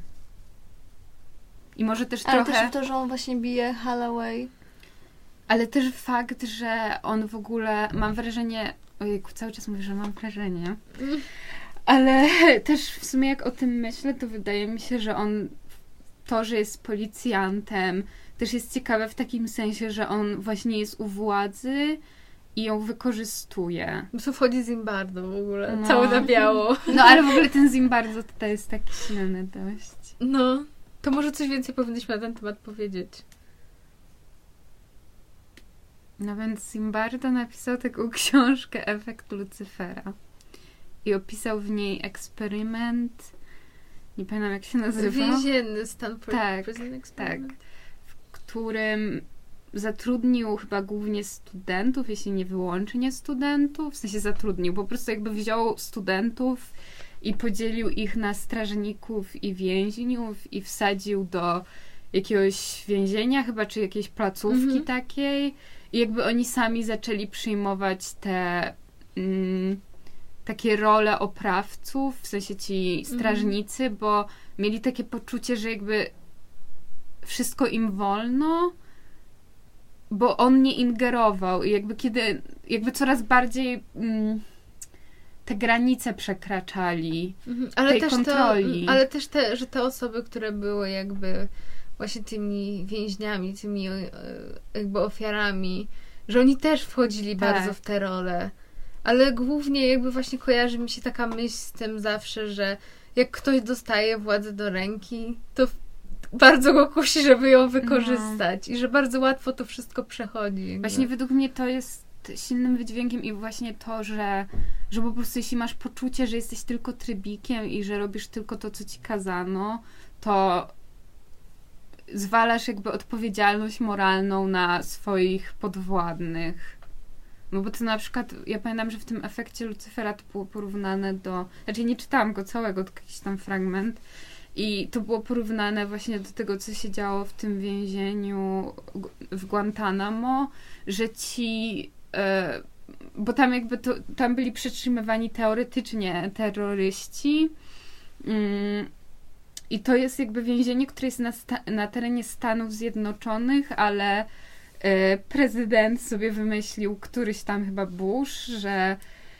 I może też ale trochę... też to, że on właśnie bije Holloway. Ale też fakt, że on w ogóle, mam wrażenie, ojejku, cały czas mówię, że mam wrażenie, ale też w sumie jak o tym myślę, to wydaje mi się, że on to, że jest policjantem, też jest ciekawe w takim sensie, że on właśnie jest u władzy i ją wykorzystuje. Tu wchodzi Zimbardo w ogóle, cały na biało. No ale w ogóle ten Zimbardo tutaj jest taki silny dość. No, to może coś więcej powinniśmy na ten temat powiedzieć. No więc Zimbardo napisał taką książkę Efekt Lucyfera i opisał w niej eksperyment, nie pamiętam jak się nazywa. Więzienny Stanford Prison Tak, Experiment. w którym zatrudnił chyba głównie studentów, jeśli nie wyłącznie studentów, w sensie zatrudnił, po prostu jakby wziął studentów i podzielił ich na strażników i więźniów i wsadził do jakiegoś więzienia chyba, czy jakiejś placówki takiej i jakby oni sami zaczęli przyjmować te takie role oprawców, w sensie ci strażnicy, bo mieli takie poczucie, że jakby wszystko im wolno, bo on nie ingerował i jakby coraz bardziej te granice przekraczali tej kontroli. Ale też że te osoby, które były jakby właśnie tymi więźniami, tymi jakby ofiarami, że oni też wchodzili bardzo w te role. Ale głównie jakby właśnie kojarzy mi się taka myśl z tym zawsze, że jak ktoś dostaje władzę do ręki, to bardzo go kusi, żeby ją wykorzystać i że bardzo łatwo to wszystko przechodzi. Właśnie według mnie to jest silnym wydźwiękiem i właśnie to, że po prostu jeśli masz poczucie, że jesteś tylko trybikiem i że robisz tylko to, co ci kazano, to zwalasz jakby odpowiedzialność moralną na swoich podwładnych. No bo to na przykład, ja pamiętam, że w tym Efekcie Lucyfera to było porównane do... Znaczy nie czytałam go całego, tylko jakiś tam fragment. I to było porównane właśnie do tego, co się działo w tym więzieniu w Guantanamo, że ci... bo tam jakby tam byli przetrzymywani teoretycznie terroryści. I to jest jakby więzienie, które jest na terenie Stanów Zjednoczonych, ale prezydent sobie wymyślił, któryś tam chyba Bush, że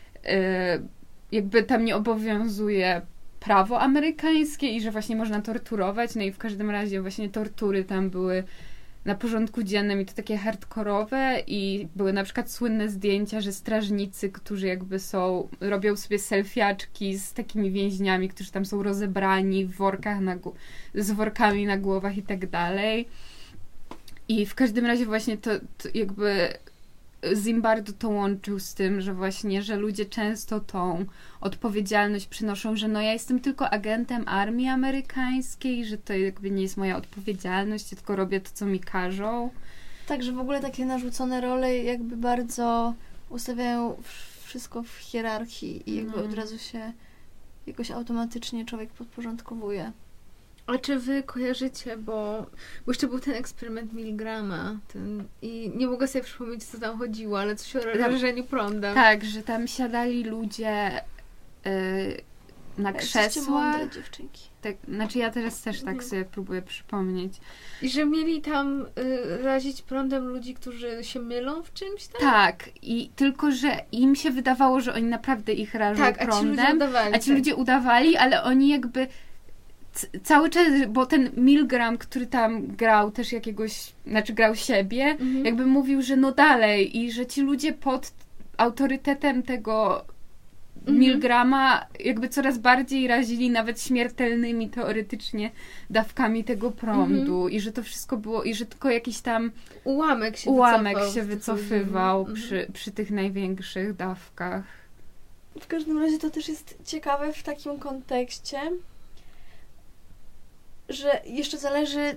jakby tam nie obowiązuje prawo amerykańskie i że właśnie można torturować. No i w każdym razie właśnie tortury tam były na porządku dziennym i to takie hardkorowe i były na przykład słynne zdjęcia, że strażnicy, którzy jakby robią sobie selfiaczki z takimi więźniami, którzy tam są rozebrani w workach z workami na głowach i tak dalej. I w każdym razie właśnie to jakby Zimbardo to łączył z tym, że właśnie, że ludzie często tą odpowiedzialność przynoszą, że no ja jestem tylko agentem armii amerykańskiej, że to jakby nie jest moja odpowiedzialność, ja tylko robię to, co mi każą. Tak, że w ogóle takie narzucone role jakby bardzo ustawiają wszystko w hierarchii i jakby od razu się jakoś automatycznie człowiek podporządkowuje. A czy wy kojarzycie, bo jeszcze był ten eksperyment Milgrama i nie mogę sobie przypomnieć, co tam chodziło, ale coś o rażeniu prądem. Tak, że tam siadali ludzie na Jesteście krzesła. mądre dziewczynki. Tak, znaczy ja teraz też tak sobie próbuję przypomnieć. I że mieli tam razić prądem ludzi, którzy się mylą w czymś tam? Tak, i tylko, że im się wydawało, że oni naprawdę ich rażą prądem, a ci ludzie udawali, ale oni jakby cały czas, bo ten Milgram, który tam grał też jakiegoś, znaczy grał siebie, jakby mówił, że no dalej i że ci ludzie pod autorytetem tego Milgrama jakby coraz bardziej razili nawet śmiertelnymi teoretycznie dawkami tego prądu i że to wszystko było, i że tylko jakiś tam ułamek się wycofywał przy tych największych dawkach. W każdym razie to też jest ciekawe w takim kontekście, że jeszcze zależy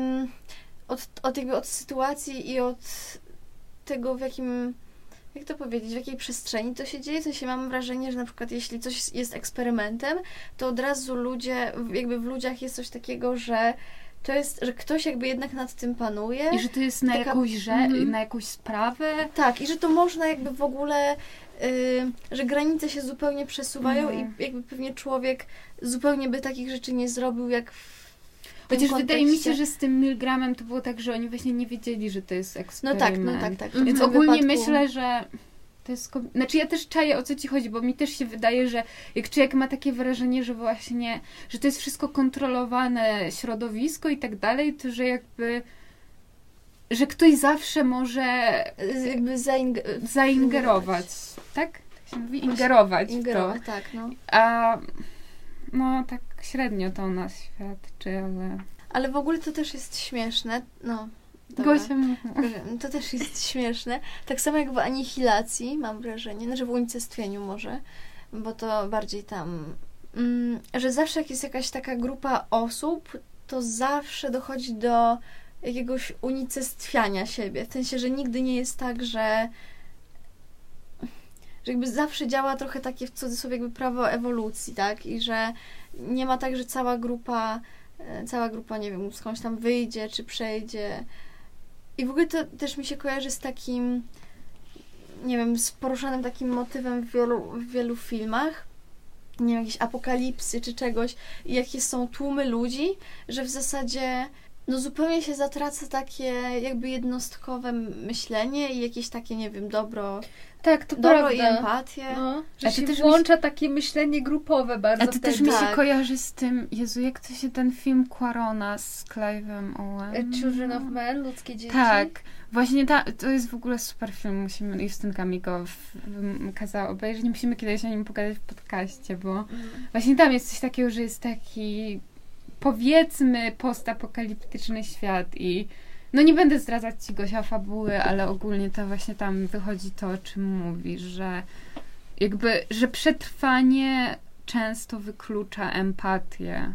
od sytuacji i od tego, w jakim, jak to powiedzieć, w jakiej przestrzeni to się dzieje. W sensie mam wrażenie, że na przykład jeśli coś jest eksperymentem, to od razu jakby w ludziach jest coś takiego, że to jest, że ktoś jakby jednak nad tym panuje. I że to jest na jakąś na jakąś sprawę. Tak, i że to można jakby w ogóle, że granice się zupełnie przesuwają i jakby pewnie człowiek zupełnie by takich rzeczy nie zrobił, jak chociaż wydaje mi się, że z tym Milgramem to było tak, że oni właśnie nie wiedzieli, że to jest eksperyment. No tak. Więc ogólnie myślę, że to jest... Znaczy ja też czaję, o co ci chodzi, bo mi też się wydaje, że jak człowiek ma takie wrażenie, że właśnie, że to jest wszystko kontrolowane środowisko i tak dalej, to że jakby... że ktoś zawsze może jakby zaingerować. Tak? Tak się mówi? Ingerować. Ingerować, tak, no. A no tak średnio to o nas świadczy, ale... Ale w ogóle to też jest śmieszne. No, Gosia, to też jest śmieszne. Tak samo jak w anihilacji, mam wrażenie, znaczy w unicestwieniu może, bo to bardziej tam, że zawsze jak jest jakaś taka grupa osób, to zawsze dochodzi do jakiegoś unicestwiania siebie. W sensie, że nigdy nie jest tak, że jakby zawsze działa trochę takie w cudzysłowie jakby prawo ewolucji, tak? I że nie ma tak, że cała grupa, nie wiem, skądś tam wyjdzie, czy przejdzie. I w ogóle to też mi się kojarzy z takim, nie wiem, z poruszanym takim motywem w wielu filmach. Nie wiem, jakieś apokalipsy czy czegoś. I jakie są tłumy ludzi, że w zasadzie no zupełnie się zatraca takie jakby jednostkowe myślenie i jakieś takie, nie wiem, dobro i empatię. No, że się też włącza takie myślenie grupowe bardzo. A to też mi się kojarzy z tym, Jezu, jak to się ten film Cuarona z Clive'em Owen? Children of Men, Ludzkie dzieci. Tak. Właśnie to jest w ogóle super film. Musimy, Justynka mi go kazała obejrzeć. Musimy kiedyś o nim pogadać w podcaście, bo właśnie tam jest coś takiego, że jest taki powiedzmy postapokaliptyczny świat i no nie będę zdradzać ci, Gosia, fabuły, ale ogólnie to właśnie tam wychodzi to, o czym mówisz, że jakby, że przetrwanie często wyklucza empatię.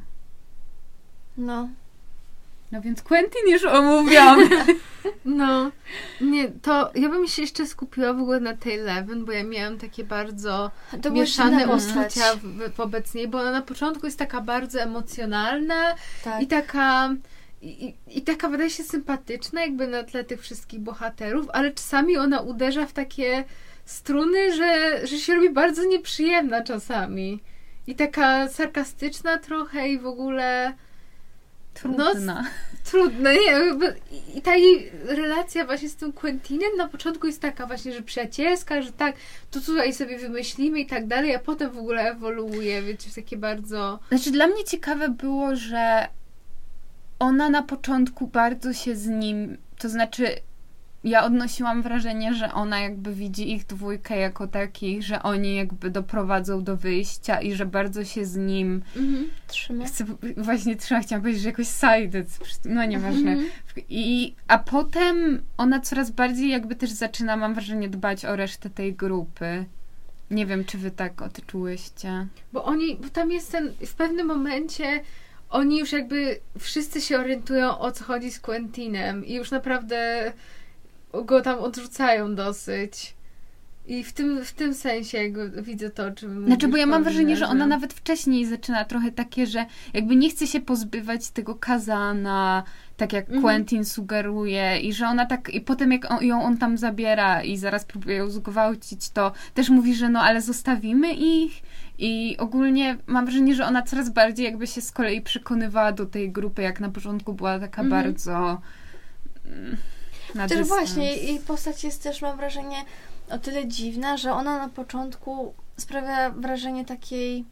No więc Quentin już omówiony. No, nie, to ja bym się jeszcze skupiła w ogóle na tej Eleven, bo ja miałam takie bardzo mieszane uczucia wobec niej, bo ona na początku jest taka bardzo emocjonalna i taka i taka wydaje się sympatyczna jakby na tle tych wszystkich bohaterów, ale czasami ona uderza w takie struny, że się robi bardzo nieprzyjemna czasami. I taka sarkastyczna trochę i w ogóle trudna. Trudna, nie. I ta jej relacja właśnie z tym Quentinem na początku jest taka właśnie, że przyjacielska, że tak, to tutaj sobie wymyślimy i tak dalej, a potem w ogóle ewoluuje, wiecie, takie bardzo... Znaczy dla mnie ciekawe było, że ona na początku bardzo się z nim, to znaczy ja odnosiłam wrażenie, że ona jakby widzi ich dwójkę jako takich, że oni jakby doprowadzą do wyjścia i że bardzo się z nim trzyma. Chciałam powiedzieć, że jakoś sided, no nieważne. A potem ona coraz bardziej jakby też zaczyna, mam wrażenie, dbać o resztę tej grupy. Nie wiem, czy wy tak odczułyście. Bo tam jest w pewnym momencie oni już jakby wszyscy się orientują, o co chodzi z Quentinem i już naprawdę go tam odrzucają dosyć. I w tym sensie jakby widzę to, o czym Znaczy, bo mówisz, ja mam Paulina, wrażenie, że ona nawet wcześniej zaczyna trochę takie, że jakby nie chce się pozbywać tego Kazana, tak jak Quentin sugeruje i że ona tak, i potem jak ją on tam zabiera i zaraz próbuje ją zgwałcić, to też mówi, że no ale zostawimy ich i ogólnie mam wrażenie, że ona coraz bardziej jakby się z kolei przekonywała do tej grupy, jak na początku była taka bardzo na Też dystans. właśnie jej postać jest też, mam wrażenie, o tyle dziwna, że ona na początku sprawia wrażenie takiej,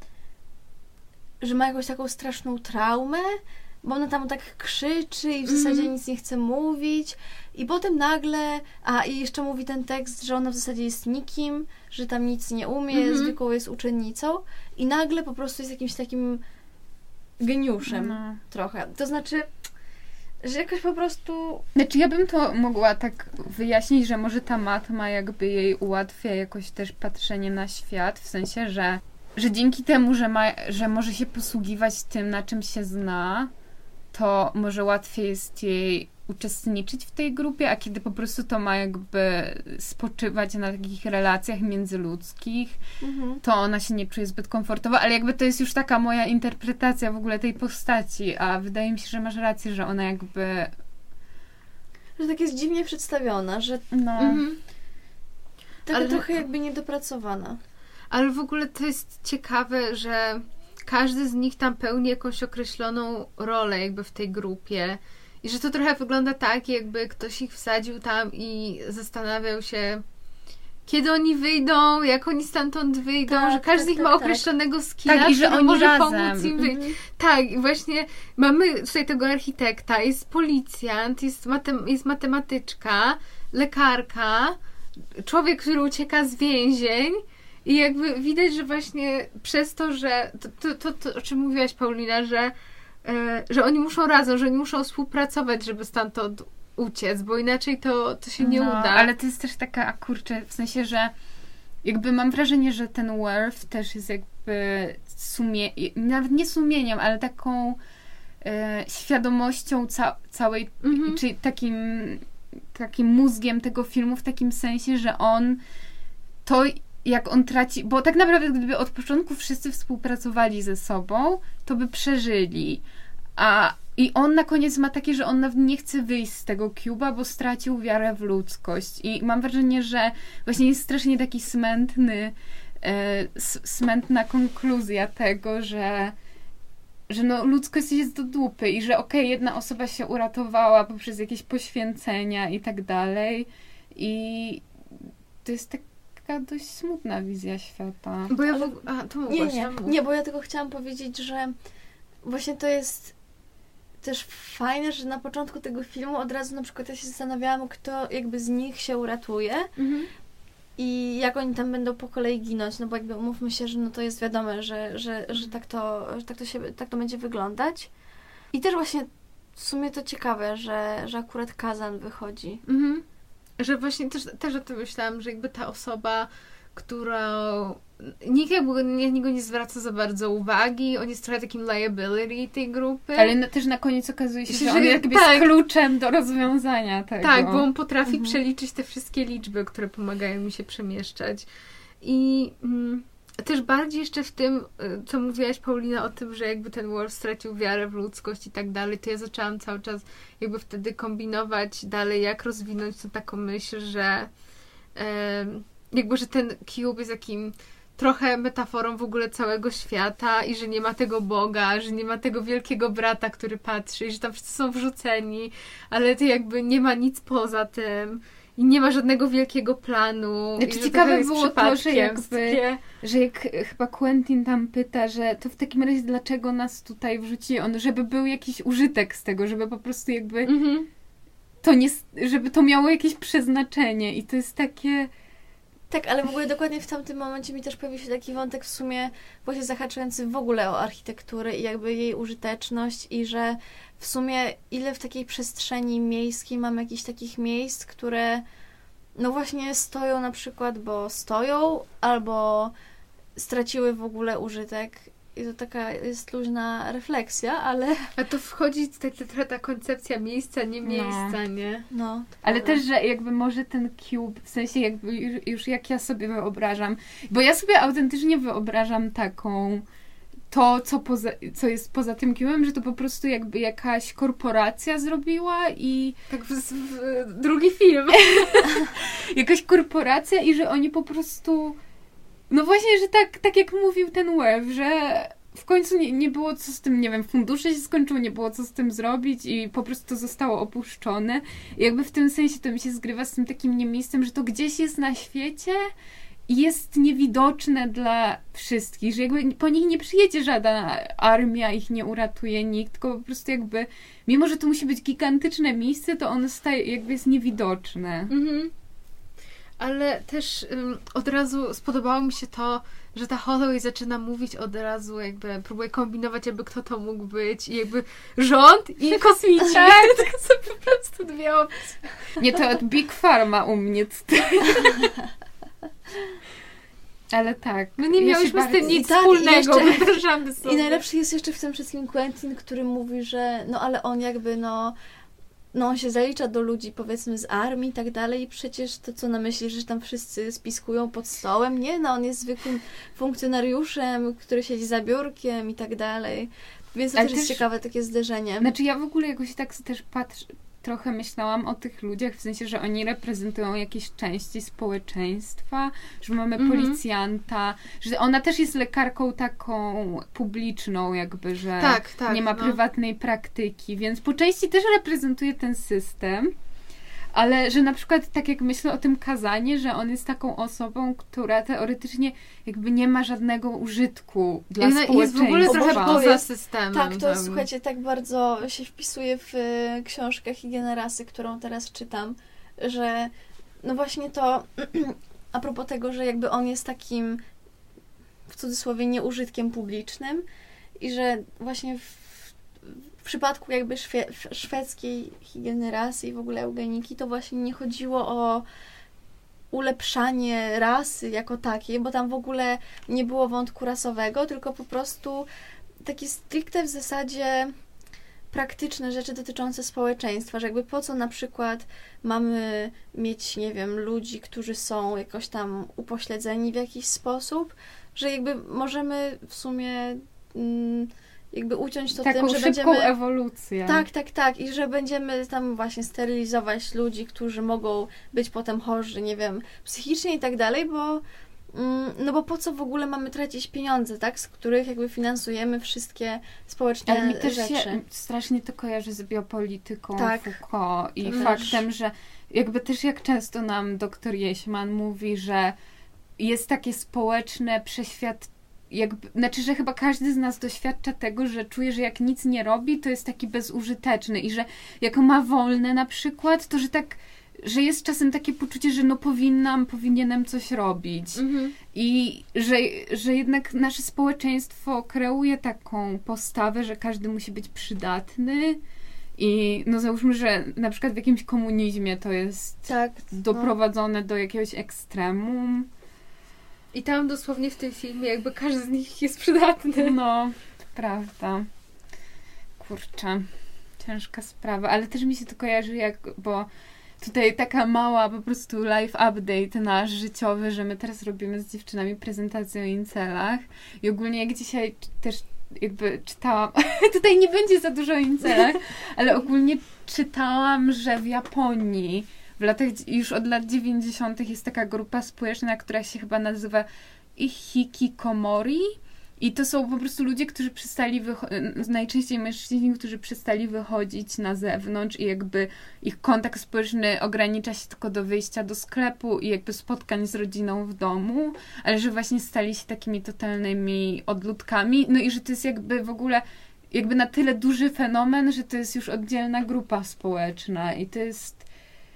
że ma jakąś taką straszną traumę, bo ona tam tak krzyczy i w zasadzie nic nie chce mówić i potem nagle, i jeszcze mówi ten tekst, że ona w zasadzie jest nikim, że tam nic nie umie, zwykłą jest uczennicą i nagle po prostu jest jakimś takim geniuszem trochę. To znaczy, że jakoś po prostu... Znaczy ja bym to mogła tak wyjaśnić, że może ta matma jakby jej ułatwia jakoś też patrzenie na świat, w sensie, że dzięki temu, że może się posługiwać tym, na czym się zna, to może łatwiej jest jej uczestniczyć w tej grupie, a kiedy po prostu to ma jakby spoczywać na takich relacjach międzyludzkich, to ona się nie czuje zbyt komfortowo, ale jakby to jest już taka moja interpretacja w ogóle tej postaci, a wydaje mi się, że masz rację, że ona jakby... Że tak jest dziwnie przedstawiona, że taka trochę jakby niedopracowana. Ale w ogóle to jest ciekawe, że każdy z nich tam pełni jakąś określoną rolę jakby w tej grupie. I że to trochę wygląda tak, jakby ktoś ich wsadził tam i zastanawiał się, kiedy oni wyjdą, jak oni stamtąd wyjdą, że każdy z nich ma określonego skilla, tak, i że oni może razem pomóc im wyjść. Tak, i właśnie mamy tutaj tego architekta, jest policjant, jest matematyczka, lekarka, człowiek, który ucieka z więzień. I jakby widać, że właśnie przez to, że to o czym mówiłaś, Paulina, że oni muszą razem, że oni muszą współpracować, żeby stamtąd uciec, bo inaczej to się nie uda. Ale to jest też taka, kurczę, w sensie, że jakby mam wrażenie, że ten Worf też jest jakby nawet nie sumieniem, ale taką świadomością całej, czyli takim mózgiem tego filmu w takim sensie, że on to jak on traci, bo tak naprawdę gdyby od początku wszyscy współpracowali ze sobą, to by przeżyli. I on na koniec ma takie, że on nawet nie chce wyjść z tego Cuba, bo stracił wiarę w ludzkość. I mam wrażenie, że właśnie jest strasznie taki smętna konkluzja tego, że no ludzkość jest do dupy i że jedna osoba się uratowała poprzez jakieś poświęcenia i tak dalej. I to jest taka dość smutna wizja świata. Bo ja Nie, bo ja tylko chciałam powiedzieć, że właśnie to jest też fajne, że na początku tego filmu od razu na przykład ja się zastanawiałam, kto jakby z nich się uratuje i jak oni tam będą po kolei ginąć, no bo jakby umówmy się, że no to jest wiadome, że tak to będzie wyglądać. I też właśnie w sumie to ciekawe, że akurat Kazan wychodzi. Że właśnie też o tym myślałam, że jakby ta osoba, którą nikt jakby na niego nie zwraca za bardzo uwagi, on jest trochę takim liability tej grupy. Ale też na koniec okazuje się, że on jakby jest kluczem do rozwiązania tego. Tak, bo on potrafi przeliczyć te wszystkie liczby, które pomagają mi się przemieszczać. I też bardziej jeszcze w tym, co mówiłaś, Paulina, o tym, że jakby ten Worf stracił wiarę w ludzkość i tak dalej, to ja zaczęłam cały czas jakby wtedy kombinować dalej, jak rozwinąć tą taką myśl, że jakby, że ten Cube jest takim trochę metaforą w ogóle całego świata i że nie ma tego Boga, że nie ma tego wielkiego brata, który patrzy i że tam wszyscy są wrzuceni, ale to jakby nie ma nic poza tym. I nie ma żadnego wielkiego planu. Znaczy, ciekawe było to, że jak chyba Quentin tam pyta, że to w takim razie dlaczego nas tutaj wrzuci on, żeby był jakiś użytek z tego, żeby po prostu jakby to nie, żeby to miało jakieś przeznaczenie i to jest takie... Tak, ale w ogóle dokładnie w tamtym momencie mi też pojawił się taki wątek w sumie właśnie zahaczający w ogóle o architekturę i jakby jej użyteczność i że w sumie ile w takiej przestrzeni miejskiej mamy jakichś takich miejsc, które no właśnie stoją na przykład, bo stoją albo straciły w ogóle użytek i to taka jest luźna refleksja, ale... A to wchodzi tutaj trochę ta koncepcja miejsca, nie miejsca, nie? No. Ale też, że jakby może ten cube, w sensie jakby już jak ja sobie wyobrażam, bo ja sobie autentycznie wyobrażam taką, to co jest poza tym cube'em, że to po prostu jakby jakaś korporacja zrobiła i... Tak drugi film. Jakaś korporacja i że oni po prostu... No właśnie, że tak jak mówił ten Web, że w końcu nie było co z tym, nie wiem, fundusze się skończyły, nie było co z tym zrobić i po prostu to zostało opuszczone. I jakby w tym sensie to mi się zgrywa z tym takim niemiejscem, że to gdzieś jest na świecie i jest niewidoczne dla wszystkich, że jakby po nich nie przyjedzie żadna armia, ich nie uratuje nikt, tylko po prostu jakby, mimo że to musi być gigantyczne miejsce, to ono jakby jest niewidoczne. Mhm. Ale też od razu spodobało mi się to, że ta Holloway zaczyna mówić od razu, jakby próbuje kombinować, jakby kto to mógł być i jakby rząd i kosmici. Tak, to są po prostu dwie opcje. Nie, to Big Pharma u mnie tutaj. Ale tak. My nie miałyśmy z tym nic tak, wspólnego, wyobrażamy sobie. I najlepszy jest jeszcze w tym wszystkim Quentin, który mówi, że no ale on jakby on się zalicza do ludzi, powiedzmy, z armii i tak dalej i przecież to, co na myśli, że tam wszyscy spiskują pod stołem, nie, no on jest zwykłym funkcjonariuszem, który siedzi za biurkiem i tak dalej. Więc to też jest ciekawe takie zderzenie. Znaczy ja w ogóle jakoś tak też trochę myślałam o tych ludziach, w sensie, że oni reprezentują jakieś części społeczeństwa, że mamy policjanta, że ona też jest lekarką taką publiczną jakby, że nie ma prywatnej praktyki, więc po części też reprezentuje ten system, ale że na przykład tak jak myślę o tym Kazanie, że on jest taką osobą, która teoretycznie jakby nie ma żadnego użytku dla społeczeństwa. Jest w ogóle trochę poza systemem. Tak, to słuchajcie, tak bardzo się wpisuje w książkę Higiena rasy, którą teraz czytam, że no właśnie to a propos tego, że jakby on jest takim w cudzysłowie nieużytkiem publicznym i że właśnie w przypadku jakby szwedzkiej higieny rasy i w ogóle eugeniki, to właśnie nie chodziło o ulepszanie rasy jako takiej, bo tam w ogóle nie było wątku rasowego, tylko po prostu takie stricte w zasadzie praktyczne rzeczy dotyczące społeczeństwa, że jakby po co na przykład mamy mieć, nie wiem, ludzi, którzy są jakoś tam upośledzeni w jakiś sposób, że jakby możemy w sumie jakby uciąć to taką tym, że szybką będziemy... ewolucję. Tak. I że będziemy tam właśnie sterylizować ludzi, którzy mogą być potem chorzy, nie wiem, psychicznie i tak dalej, bo no bo po co w ogóle mamy tracić pieniądze, tak? Z których jakby finansujemy wszystkie społeczne Ale mi też rzeczy. się strasznie to kojarzy z biopolityką Foucault i też. faktem, że jakby też jak często nam doktor Jeśman mówi, że jest takie społeczne znaczy, że chyba każdy z nas doświadcza tego, że czuje, że jak nic nie robi, to jest taki bezużyteczny i że jak ma wolne na przykład, to że jest czasem takie poczucie, że no powinienem coś robić. I że jednak nasze społeczeństwo kreuje taką postawę, że każdy musi być przydatny i no załóżmy, że na przykład w jakimś komunizmie to jest doprowadzone do jakiegoś ekstremum. I tam dosłownie w tym filmie jakby każdy z nich jest przydatny. No, prawda. Kurczę, ciężka sprawa, ale też mi się to kojarzy bo tutaj taka mała po prostu live update nasz życiowy, że my teraz robimy z dziewczynami prezentację o incelach i ogólnie jak dzisiaj też jakby czytałam, tutaj nie będzie za dużo o incelach, ale ogólnie czytałam, że w Japonii już od lat 90. jest taka grupa społeczna, która się chyba nazywa Hikikomori i to są po prostu ludzie, którzy przestali najczęściej mężczyźni, którzy przestali wychodzić na zewnątrz i jakby ich kontakt społeczny ogranicza się tylko do wyjścia do sklepu i jakby spotkań z rodziną w domu, ale że właśnie stali się takimi totalnymi odludkami, no i że to jest jakby w ogóle jakby na tyle duży fenomen, że to jest już oddzielna grupa społeczna i to jest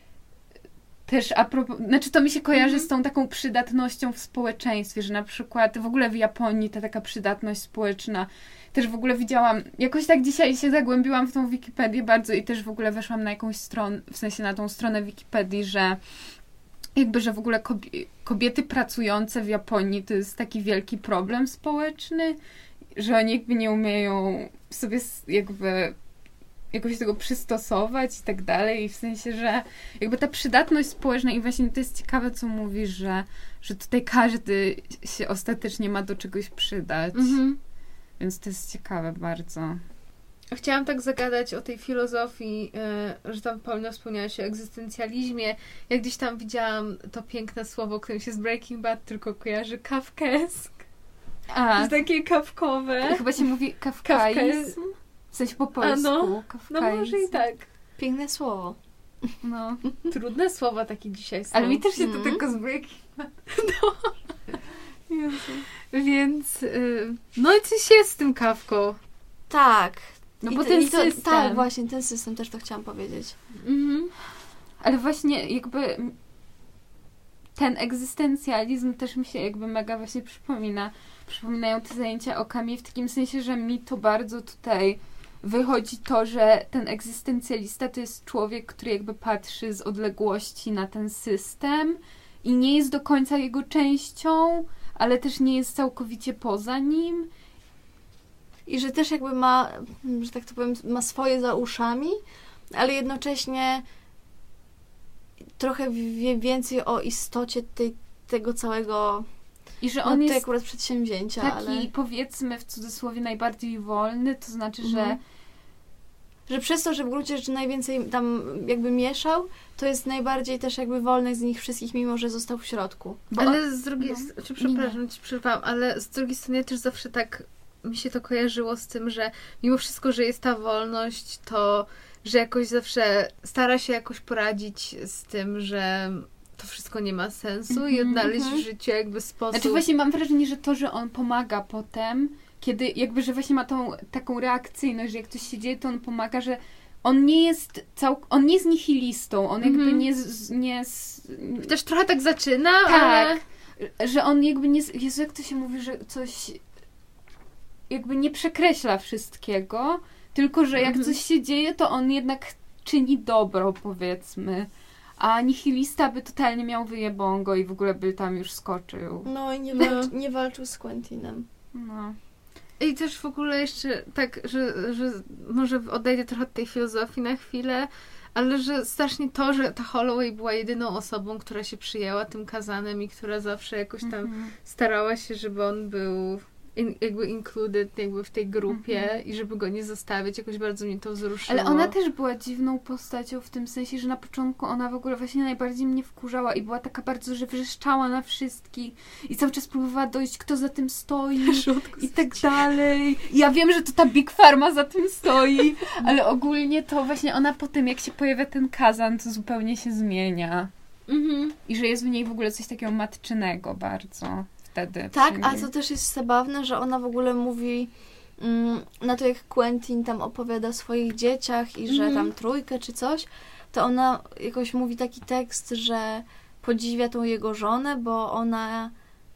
też znaczy to mi się kojarzy z tą taką przydatnością w społeczeństwie, że na przykład w ogóle w Japonii ta taka przydatność społeczna, też w ogóle widziałam, jakoś tak dzisiaj się zagłębiłam w tą Wikipedię bardzo i też w ogóle weszłam na jakąś stronę, w sensie na tą stronę Wikipedii, że jakby, że w ogóle kobiety pracujące w Japonii to jest taki wielki problem społeczny że oni jakby nie umieją sobie jakby jakoś tego przystosować i tak dalej. I w sensie, że jakby ta przydatność społeczna i właśnie to jest ciekawe, co mówisz, że tutaj każdy się ostatecznie ma do czegoś przydać. Więc to jest ciekawe bardzo. Chciałam tak zagadać o tej filozofii, że tam Paulina wspomniałaś o egzystencjalizmie. Ja gdzieś tam widziałam to piękne słowo, którym się z Breaking Bad tylko kojarzy, kafkesk. A, To takie kawkowe. chyba się mówi kafkaizm. W sensie po polsku. No Kafkaizm. może i tak. Piękne słowo. No. Trudne słowa takie dzisiaj są. Ale mi też się to tylko z Breaking Bad. No. Jezu. Więc no i coś jest z tym kawką. Tak. No bo ten system. Tak, właśnie, ten system też to chciałam powiedzieć. Ale właśnie jakby ten egzystencjalizm też mi się jakby mega właśnie przypominają te zajęcia o Camus w takim sensie, że mi to bardzo tutaj wychodzi to, że ten egzystencjalista to jest człowiek, który jakby patrzy z odległości na ten system i nie jest do końca jego częścią, ale też nie jest całkowicie poza nim. I że też jakby ma, że tak to powiem, ma swoje za uszami, ale jednocześnie trochę wie więcej o istocie tego całego I że on jest akurat przedsięwzięcia. taki, powiedzmy w cudzysłowie, najbardziej wolny, to znaczy, że przez to, że w gruncie rzeczy najwięcej tam jakby mieszał, to jest najbardziej też jakby wolny z nich wszystkich, mimo że został w środku. Ale z drugiej strony, przepraszam, ci przerwałam, ale z drugiej strony ja też zawsze tak mi się to kojarzyło z tym, że mimo wszystko, że jest ta wolność, to że jakoś zawsze stara się jakoś poradzić z tym, że to wszystko nie ma sensu i odnaleźć w życiu jakby sposób. Znaczy właśnie mam wrażenie, że to, że on pomaga potem, kiedy jakby, że właśnie ma tą taką reakcyjność, że jak coś się dzieje, to on pomaga, że on nie jest on nie jest nihilistą, on jakby nie też trochę tak zaczyna, tak, ale że on jakby nie... Jezu, jak to się mówi, że coś jakby nie przekreśla wszystkiego, tylko, że jak coś się dzieje, to on jednak czyni dobro, powiedzmy. A nihilista by totalnie miał wyjebongo i w ogóle by tam już skoczył. No i nie walczył z Quentinem. No. i też w ogóle jeszcze tak, że może odejdę trochę od tej filozofii na chwilę, ale że strasznie to, że ta Holloway była jedyną osobą, która się przyjęła tym kazanem i która zawsze jakoś tam starała się, żeby on był jakby included jakby w tej grupie i żeby go nie zostawiać. Jakoś bardzo mnie to wzruszyło. Ale ona też była dziwną postacią w tym sensie, że na początku ona w ogóle właśnie najbardziej mnie wkurzała i była taka bardzo, że wrzeszczała na wszystkich i cały czas próbowała dojść, kto za tym stoi i tak dalej. I ja wiem, że to ta Big Pharma za tym stoi, ale ogólnie to właśnie ona po tym, jak się pojawia ten kazan, to zupełnie się zmienia. I że jest w niej w ogóle coś takiego matczynego bardzo. Wtedy, tak, a co też jest zabawne, że ona w ogóle mówi na to, jak Quentin tam opowiada o swoich dzieciach i że tam trójkę czy coś, to ona jakoś mówi taki tekst, że podziwia tą jego żonę, bo ona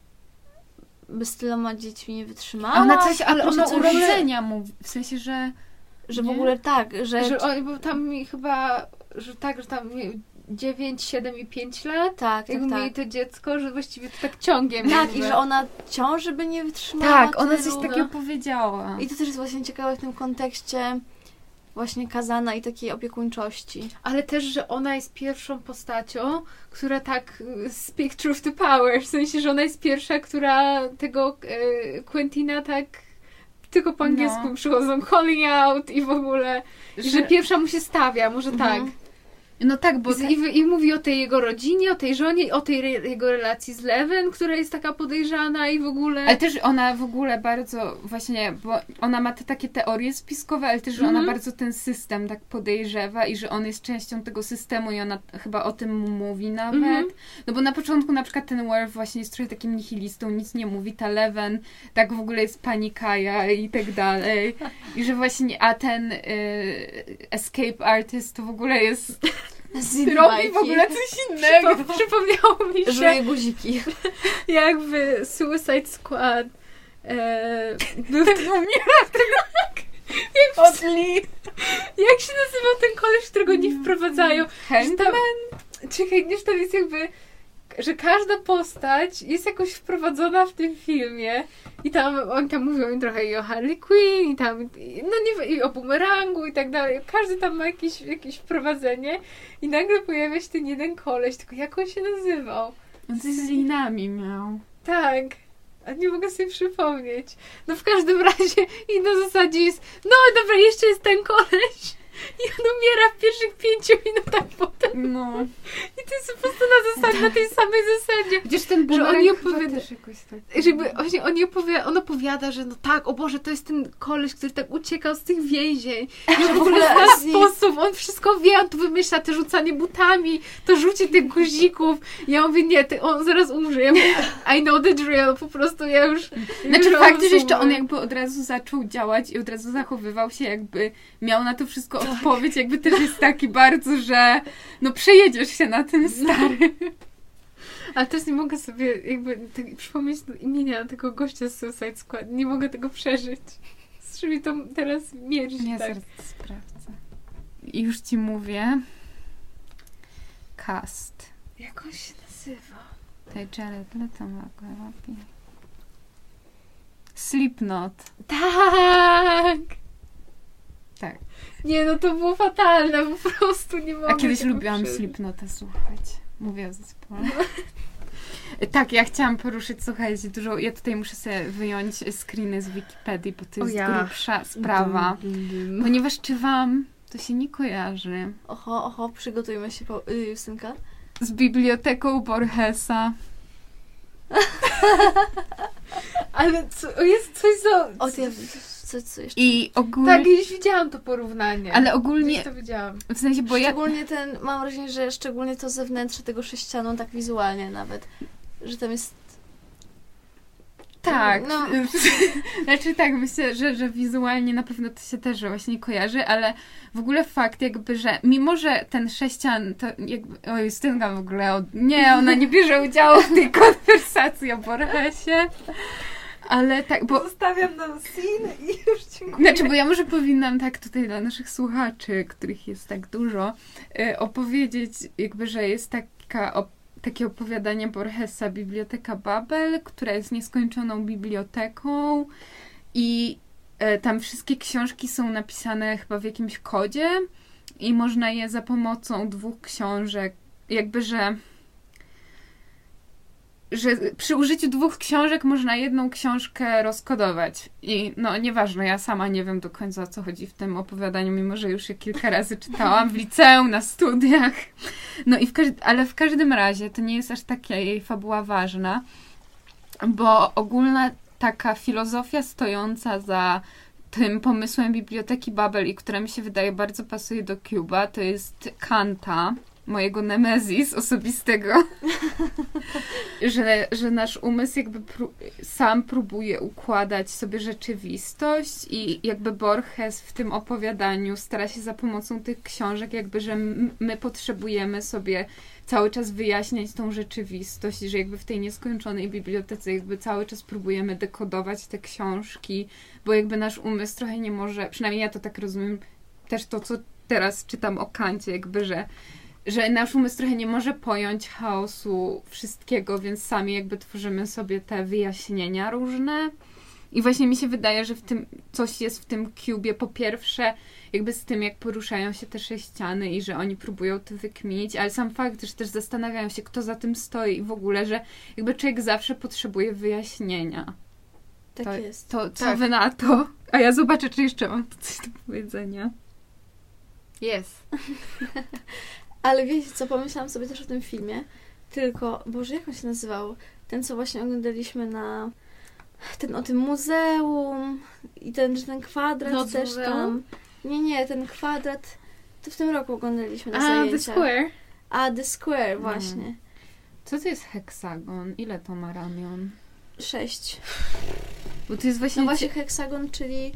by z tyloma dziećmi nie wytrzymała. A ona coś, ale ona urodzenia mówi, w sensie, że w ogóle tak, że on, bo tam mi chyba, że tak, że tam 9, 7 i 5 lat. Tak. mieli to dziecko, że właściwie to tak ciągiem. Tak, jakby. i że ona ciąży by nie wytrzymała. Tak, ona tylu. coś takiego powiedziała. I to też jest właśnie ciekawe w tym kontekście właśnie kazana i takiej opiekuńczości. Ale też, że ona jest pierwszą postacią, która tak speak truth to power. W sensie, że ona jest pierwsza, która tego Quentina tak tylko po angielsku przychodzą calling out i w ogóle, że pierwsza mu się stawia, może tak. No tak, bo I mówi o tej jego rodzinie, o tej żonie, o tej jego relacji z Leven, która jest taka podejrzana i w ogóle... Ale też ona w ogóle bardzo właśnie, bo ona ma te takie teorie spiskowe, ale też, że ona bardzo ten system tak podejrzewa i że on jest częścią tego systemu i ona chyba o tym mówi nawet. No bo na początku na przykład ten Worf właśnie jest trochę takim nihilistą, nic nie mówi, ta Leven tak w ogóle jest panikaja i tak dalej. I że właśnie, a ten escape artist to w ogóle jest... robi w ogóle coś innego. Przypomniało mi się... Żuje guziki. Jakby Suicide Squad był ten jak się nazywał ten koleś, którego nie wprowadzają? Henchman? Czekaj, nie, że tam jest jakby że każda postać jest jakoś wprowadzona w tym filmie i tam oni tam mówią im trochę i o Harley Quinn i tam i o bumerangu i tak dalej. Każdy tam ma jakieś wprowadzenie i nagle pojawia się ten jeden koleś, tylko jak on się nazywał? On coś z linami miał. Tak. A nie mogę sobie przypomnieć. No w każdym razie i na zasadzie jest dobra, jeszcze jest ten koleś i on umiera w pierwszych 5 minutach potem. No. I to jest po prostu na tej samej zasadzie. Gdzieś ten że on nie opowiada, też jakoś tak. żeby on opowiada, że no tak, o Boże, to jest ten koleś, który tak uciekał z tych więzień. Że w ogóle w sposób, on wszystko wie, on tu wymyśla te rzucanie butami, to rzucie tych guzików. Ja mówię, nie, on zaraz umrze. Ja mówię, I know the drill, po prostu ja już... Znaczy fakt, że jeszcze on jakby od razu zaczął działać i od razu zachowywał się, jakby miał na to wszystko odpowiedź, jakby też jest taki bardzo, że no przejedziesz się na tym, stary. Ale też nie mogę sobie jakby przypomnieć imienia tego gościa z Suicide Squad. Nie mogę tego przeżyć. Że mi to teraz mierzi. Ja tak. zaraz sprawdzę. I już ci mówię. Cast. Jak on się nazywa? Tutaj Jared Leto ma go robi. Slipknot. Tak! Tak. Nie, no to było fatalne, po prostu nie mogę. A kiedyś tego lubiłam przeżyć. Slipknota słuchać. Mówię o zespole. Tak, ja chciałam poruszyć, słuchajcie, dużo. Ja tutaj muszę sobie wyjąć screeny z Wikipedii, bo to jest grubsza sprawa. Ponieważ czy wam to się nie kojarzy Oho, przygotujmy się, Justynka. z biblioteką Borgesa. Ale jest coś za... O, to ja, co jeszcze? I ogólnie... Tak, gdzieś widziałam to porównanie. Ale ogólnie... Gdzieś to widziałam. W sensie, bo ja... Szczególnie mam wrażenie, że szczególnie to zewnętrzne tego sześcianu, tak wizualnie nawet, że tam jest... Tak. No. Znaczy tak, myślę, że wizualnie na pewno to się też właśnie kojarzy, ale w ogóle fakt jakby, że mimo, że ten sześcian to jakby... O, Justynka w ogóle... Nie, ona nie bierze udziału w tej konwersacji o Borgesie. Ale tak, bo... Zostawiam nam scene i już dziękuję. Znaczy, bo ja może powinnam tak tutaj dla naszych słuchaczy, których jest tak dużo, opowiedzieć jakby, że jest takie opowiadanie Borgesa Biblioteka Babel, która jest nieskończoną biblioteką i tam wszystkie książki są napisane chyba w jakimś kodzie i można je za pomocą 2 książek, jakby, że przy użyciu 2 książek można 1 książkę rozkodować. I no nieważne, ja sama nie wiem do końca, o co chodzi w tym opowiadaniu, mimo że już je kilka razy czytałam w liceum, na studiach. No i ale w każdym razie to nie jest aż taka jej fabuła ważna, bo ogólna taka filozofia stojąca za tym pomysłem Biblioteki Babel i która mi się wydaje bardzo pasuje do Cube'a, to jest Kanta, mojego nemezis osobistego, że nasz umysł jakby sam próbuje układać sobie rzeczywistość i jakby Borges w tym opowiadaniu stara się za pomocą tych książek jakby, że my potrzebujemy sobie cały czas wyjaśniać tą rzeczywistość i że jakby w tej nieskończonej bibliotece jakby cały czas próbujemy dekodować te książki, bo jakby nasz umysł trochę nie może, przynajmniej ja to tak rozumiem, też to, co teraz czytam o Kancie, jakby, że nasz umysł trochę nie może pojąć chaosu wszystkiego, więc sami jakby tworzymy sobie te wyjaśnienia różne. I właśnie mi się wydaje, że w tym coś jest w tym Cube'ie, po pierwsze jakby z tym, jak poruszają się te sześciany i że oni próbują to wykminić, ale sam fakt, że też zastanawiają się, kto za tym stoi i w ogóle, że jakby człowiek zawsze potrzebuje wyjaśnienia. Tak jest. To co wy na to? A ja zobaczę, czy jeszcze mam tu coś do powiedzenia. Jest. Ale wiecie co, pomyślałam sobie też o tym filmie, tylko, Boże, jak on się nazywał? Ten, co właśnie oglądaliśmy o tym muzeum i ten kwadrat Noc też muzeum? tam. Nie, ten kwadrat to w tym roku oglądaliśmy na zajęciach. The Square. The Square, właśnie. Co to jest heksagon? Ile to ma ramion? 6. Bo to jest właśnie... No właśnie heksagon, czyli...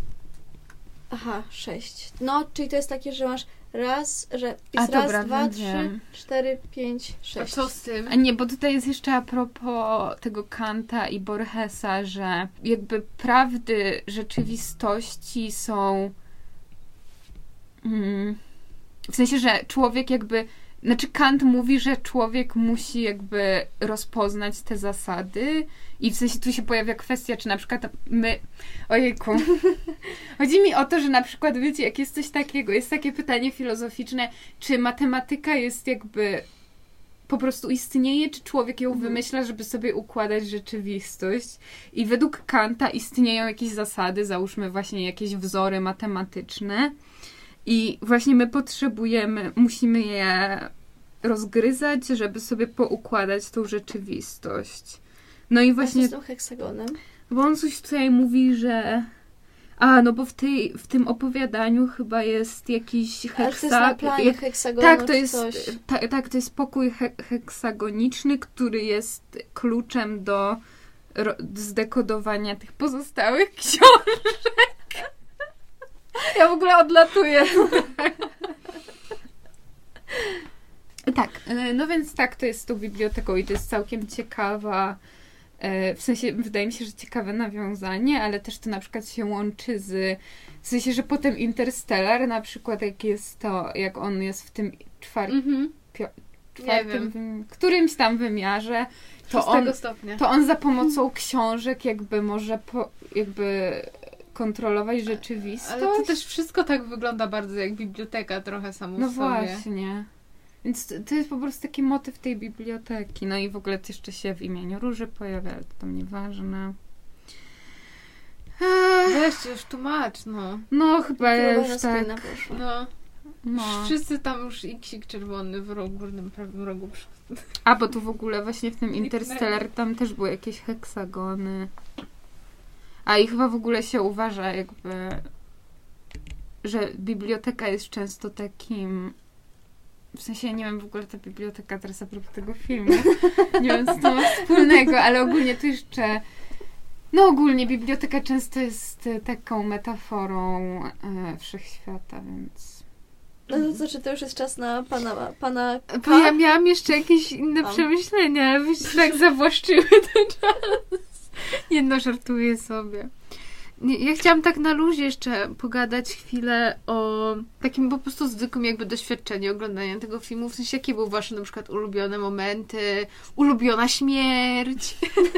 6. No, czyli to jest takie, że masz raz, dobra, 2, 3, wiem. 4, 5, 6. A co z tym? A nie, bo tutaj jest jeszcze a propos tego Kanta i Borgesa, że jakby prawdy rzeczywistości są... w sensie, że człowiek jakby Znaczy Kant mówi, że człowiek musi jakby rozpoznać te zasady i w sensie tu się pojawia kwestia, czy na przykład my... Ojejku. Chodzi mi o to, że na przykład, wiecie, jak jest coś takiego, jest takie pytanie filozoficzne, czy matematyka jest jakby po prostu istnieje, czy człowiek ją wymyśla, żeby sobie układać rzeczywistość. I według Kanta istnieją jakieś zasady, załóżmy właśnie jakieś wzory matematyczne. I właśnie my musimy je rozgryzać, żeby sobie poukładać tą rzeczywistość. No i właśnie... z tym heksagonem? Bo on coś tutaj mówi, że... no bo w tym opowiadaniu chyba jest jakiś Ale to jest na planie heksagonu, tak, to jest, coś. Tak, to jest pokój heksagoniczny, który jest kluczem do zdekodowania tych pozostałych książek. Ja w ogóle odlatuję. Tak, no więc tak, to jest z tą biblioteką i to jest całkiem ciekawa, w sensie wydaje mi się, że ciekawe nawiązanie, ale też to na przykład się łączy w sensie, że potem Interstellar na przykład jak on jest w tym czwartym, którymś tam wymiarze, to on za pomocą książek jakby może kontrolować rzeczywistość. Ale to też wszystko tak wygląda bardzo jak biblioteka trochę samo w sobie. No właśnie. Więc to jest po prostu taki motyw tej biblioteki. No i w ogóle to jeszcze się w imieniu Róży pojawia, ale to tam nieważne. Weźcie, już tłumacz, no. No chyba już tak. No. Wszyscy tam już iksik czerwony w górnym prawym rogu. Bo tu w ogóle właśnie w tym Interstellar tam też były jakieś heksagony. I chyba w ogóle się uważa jakby, że biblioteka jest często takim... W sensie, nie wiem w ogóle ta biblioteka teraz a propos tego filmu. Nie wiem, co to ma wspólnego, ale ogólnie to jeszcze... No ogólnie biblioteka często jest taką metaforą wszechświata, więc... No to znaczy, to już jest czas na pana Bo ja miałam jeszcze jakieś inne przemyślenia, ale byście tak zawłaszczyły ten czas. Nie no, żartuję sobie. Ja chciałam tak na luzie jeszcze pogadać chwilę o takim po prostu zwykłym jakby doświadczeniu oglądania tego filmu. W sensie, jakie były wasze na przykład ulubione momenty, ulubiona śmierć.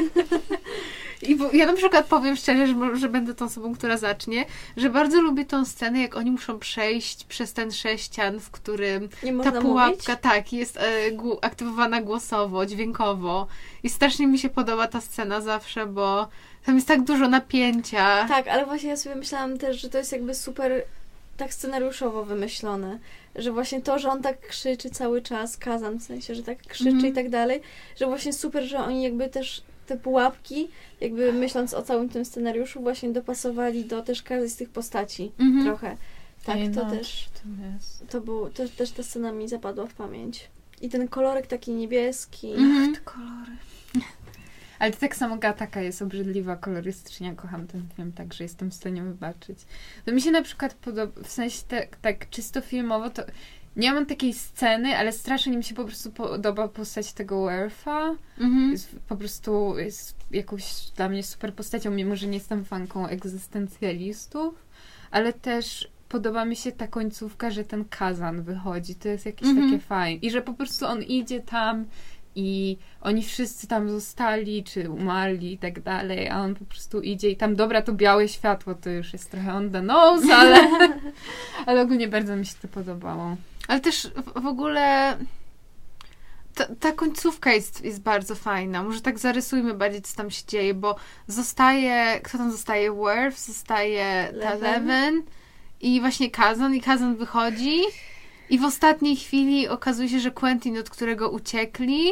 I ja na przykład powiem szczerze, że będę tą osobą, która zacznie, że bardzo lubię tą scenę, jak oni muszą przejść przez ten sześcian, w którym ta pułapka jest aktywowana głosowo, dźwiękowo. I strasznie mi się podoba ta scena zawsze, bo tam jest tak dużo napięcia. Tak, ale właśnie ja sobie myślałam też, że to jest jakby super tak scenariuszowo wymyślone, że właśnie to, że on tak krzyczy cały czas, Kazan w sensie, że tak krzyczy i tak dalej, że właśnie super, że oni jakby też te pułapki, jakby myśląc o całym tym scenariuszu, właśnie dopasowali do też każdej z tych postaci trochę. Tak, to też. To też ta scena mi zapadła w pamięć. I ten kolorek taki niebieski. Te kolory. Ale to tak samo Gattaca jest obrzydliwa kolorystycznie. Ja kocham ten film, także jestem w stanie wybaczyć. To mi się na przykład podoba, w sensie tak czysto filmowo, to nie mam takiej sceny, ale strasznie mi się po prostu podoba postać tego Werfa. Po prostu jest jakąś dla mnie super postacią, mimo że nie jestem fanką egzystencjalistów, ale też podoba mi się ta końcówka, że ten Kazan wychodzi. To jest jakieś takie fajne. I że po prostu on idzie tam i oni wszyscy tam zostali, czy umarli i tak dalej, a on po prostu idzie i tam, dobra, to białe światło, to już jest trochę on the nose, ale ogólnie bardzo mi się to podobało. Ale też w ogóle ta końcówka jest bardzo fajna. Może tak zarysujmy bardziej, co tam się dzieje, bo kto tam zostaje? Worf, zostaje Leven i właśnie Kazan. I Kazan wychodzi i w ostatniej chwili okazuje się, że Quentin, od którego uciekli,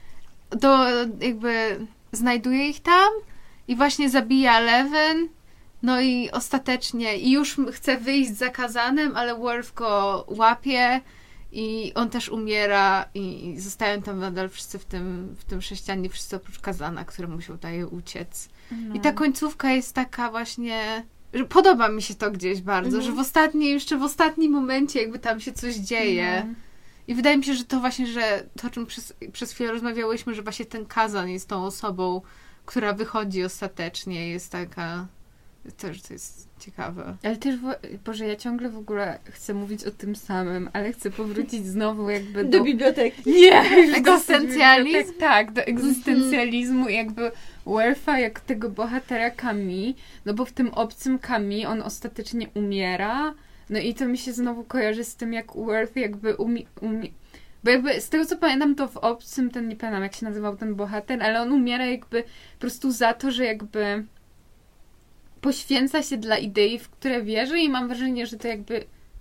jakby znajduje ich tam i właśnie zabija Leven. No i ostatecznie już chce wyjść za Kazanem, ale Worf go łapie i on też umiera i zostają tam nadal wszyscy w tym sześcianie, wszyscy oprócz Kazana, który musiał daje uciec. No. I ta końcówka jest taka właśnie, że podoba mi się to gdzieś bardzo, że jeszcze w ostatnim momencie jakby tam się coś dzieje. I wydaje mi się, że to właśnie, że to, o czym przez chwilę rozmawiałyśmy, że właśnie ten Kazan jest tą osobą, która wychodzi ostatecznie, jest taka Też to jest ciekawe. Ale też, Boże, ja ciągle w ogóle chcę mówić o tym samym, ale chcę powrócić znowu jakby Do biblioteki. Nie! Egzystencjalizm? Tak, do egzystencjalizmu i jakby Worfa jako tego bohatera Camille, no bo w tym obcym Camille on ostatecznie umiera, no i to mi się znowu kojarzy z tym, jak Worf jakby bo jakby z tego co pamiętam, to w obcym, nie pamiętam jak się nazywał ten bohater, ale on umiera jakby po prostu za to, że jakby poświęca się dla idei, w które wierzy i mam wrażenie, że to jakby...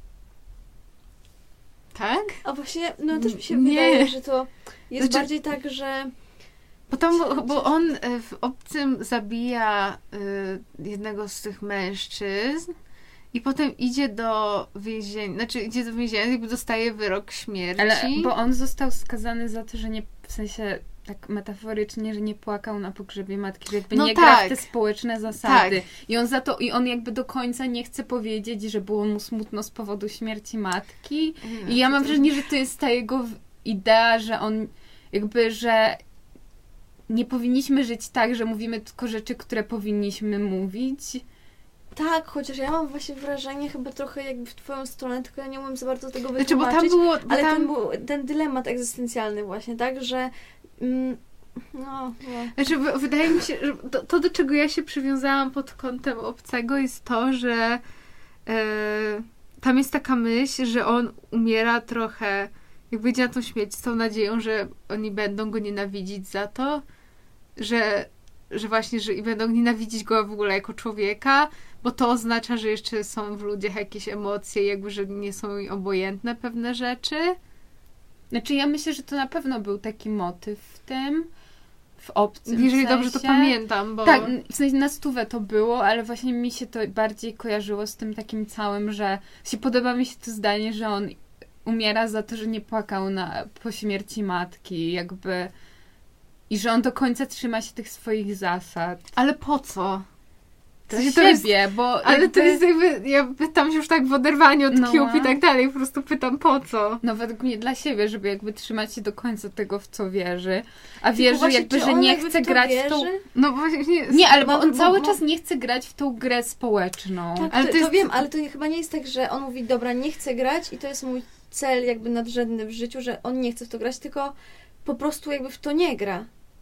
Tak? A właśnie, no też mi się Nie. wydaje, że to jest Znaczy- bardziej tak, że... Bo on w obcym zabija jednego z tych mężczyzn i potem idzie do więzienia, jakby dostaje wyrok śmierci. Ale, bo on został skazany za to, że nie, w sensie tak metaforycznie, że nie płakał na pogrzebie matki, że jakby No nie gra w tak. te społeczne zasady. Tak. I on za to, i on jakby do końca nie chce powiedzieć, że było mu smutno z powodu śmierci matki. I ja mam wrażenie, że to jest ta jego idea, że on jakby, że nie powinniśmy żyć tak, że mówimy tylko rzeczy, które powinniśmy mówić. Tak, chociaż ja mam właśnie wrażenie chyba trochę jakby w twoją stronę, tylko ja nie umiem za bardzo tego Znaczy, wytłumaczyć. bo tam było... Ale ten był ten dylemat egzystencjalny właśnie, tak, że... Znaczy, wydaje mi się, że to, do czego ja się przywiązałam pod kątem obcego, jest to, że tam jest taka myśl, że on umiera trochę, jakby idzie na tą śmierć z tą nadzieją, że oni będą go nienawidzić za to, że właśnie, że i będą nienawidzić go w ogóle jako człowieka, bo to oznacza, że jeszcze są w ludziach jakieś emocje, jakby, że nie są im obojętne pewne rzeczy. Znaczy ja myślę, że to na pewno był taki motyw w tym, w obcym Jeżeli w sensie. dobrze to pamiętam, bo... Tak, w sensie na 100 to było, ale właśnie mi się to bardziej kojarzyło z tym takim całym, że podoba mi się to zdanie, że on umiera za to, że nie płakał po śmierci matki, jakby i że on do końca trzyma się tych swoich zasad. Ale po co? Dla To siebie, jest, bo ale jakby... to jest jakby, ja pytam się już tak w oderwaniu od No. Cube i tak dalej, po prostu pytam po co. No według mnie dla siebie, żeby jakby trzymać się do końca tego, w co wierzy. A Tylko wierzy właśnie, jakby, czy że on nie jakby chce w to grać wierzy? w tą... No właśnie... Nie, ale bo on Bo- cały bo- czas nie chce grać w tą grę społeczną. Tak, Ale to, to jest- wiem, ale to chyba nie jest tak, że on mówi, dobra, nie chcę grać i to jest mój cel jakby nadrzędny w życiu, że on nie chce w to grać, tylko po prostu jakby w to nie gra.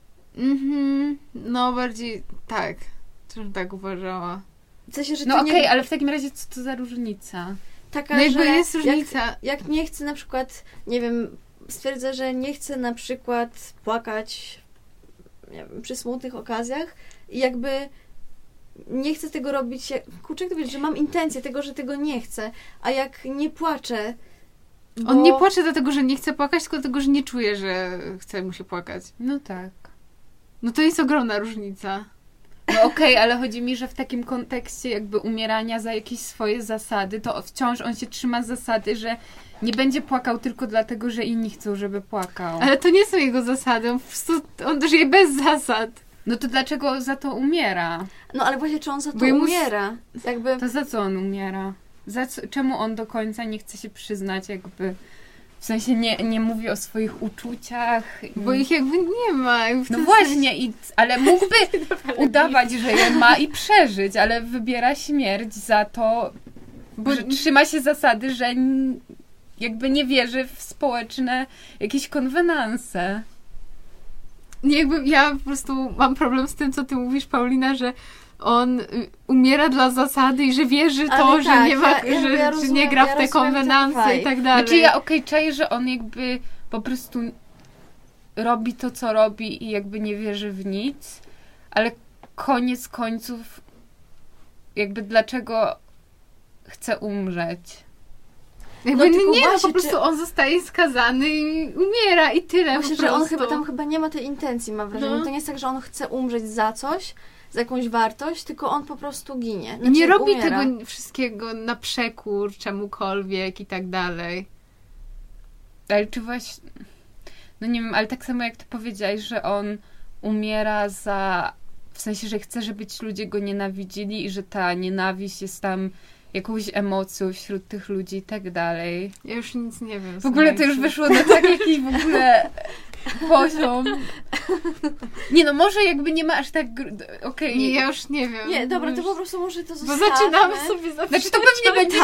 No bardziej tak. Też bym tak uważała. W sensie, że No to okej, nie... ale w takim razie co to za różnica? Taka, No jakby że jest różnica. jak nie chcę na przykład, nie wiem, stwierdzę, że nie chcę na przykład płakać, nie wiem, przy smutnych okazjach i jakby nie chcę tego robić, kurczę, jak to wiesz, że mam intencję tego, że tego nie chcę, a jak nie płaczę, bo... On nie płacze dlatego, że nie chce płakać, tylko dlatego, że nie czuje, że chce mu się płakać. No tak. No to jest ogromna różnica. No okej, ale chodzi mi, że w takim kontekście jakby umierania za jakieś swoje zasady, to wciąż on się trzyma zasady, że nie będzie płakał tylko dlatego, że inni chcą, żeby płakał. Ale to nie są jego zasady, on po prostu, on żyje bez zasad. No to dlaczego za to umiera? No ale właśnie, czy on za to Bo jemu- umiera? Jakby... To za co on umiera? Czemu on do końca nie chce się przyznać jakby... W sensie nie mówi o swoich uczuciach. Bo ich jakby nie ma. I w No tym właśnie, ale mógłby udawać, że je ma i przeżyć, ale wybiera śmierć za to, Bo- że trzyma się zasady, że jakby nie wierzy w społeczne jakieś konwenanse. Nie, jakby ja po prostu mam problem z tym, co ty mówisz, Paulina, że on umiera dla zasady i że wierzy Ale to, że tak, nie ma, ja że nie rozumiem, gra ja w te rozumiem ten konwenanse vibe. i tak dalej. Znaczy ja czaję, że on jakby po prostu robi to, co robi i jakby nie wierzy w nic, ale koniec końców jakby dlaczego chce umrzeć? Jakby No, tylko nie, no właśnie, po prostu czy- on zostaje skazany i umiera i tyle Właśnie, po że on prostu. tam chyba nie ma tej intencji, mam wrażenie. No. To nie jest tak, że on chce umrzeć za coś, za jakąś wartość, tylko on po prostu ginie. I nie robi umiera. tego wszystkiego na przekór czemukolwiek i tak dalej. Ale czy właśnie... No nie wiem, ale tak samo jak ty powiedziałaś, że on umiera w sensie, że chce, żeby ci ludzie go nienawidzili i że ta nienawiść jest tam jakąś emocją wśród tych ludzi i tak dalej. Ja już nic nie wiem. W ogóle to już wyszło na tak jakiś w ogóle poziom. Nie no, może jakby nie ma aż tak... Okej. Nie, ja już nie wiem. Nie, dobra, to Już... po prostu może to Bo zostawmy. zaczynamy sobie Znaczy to pewnie będzie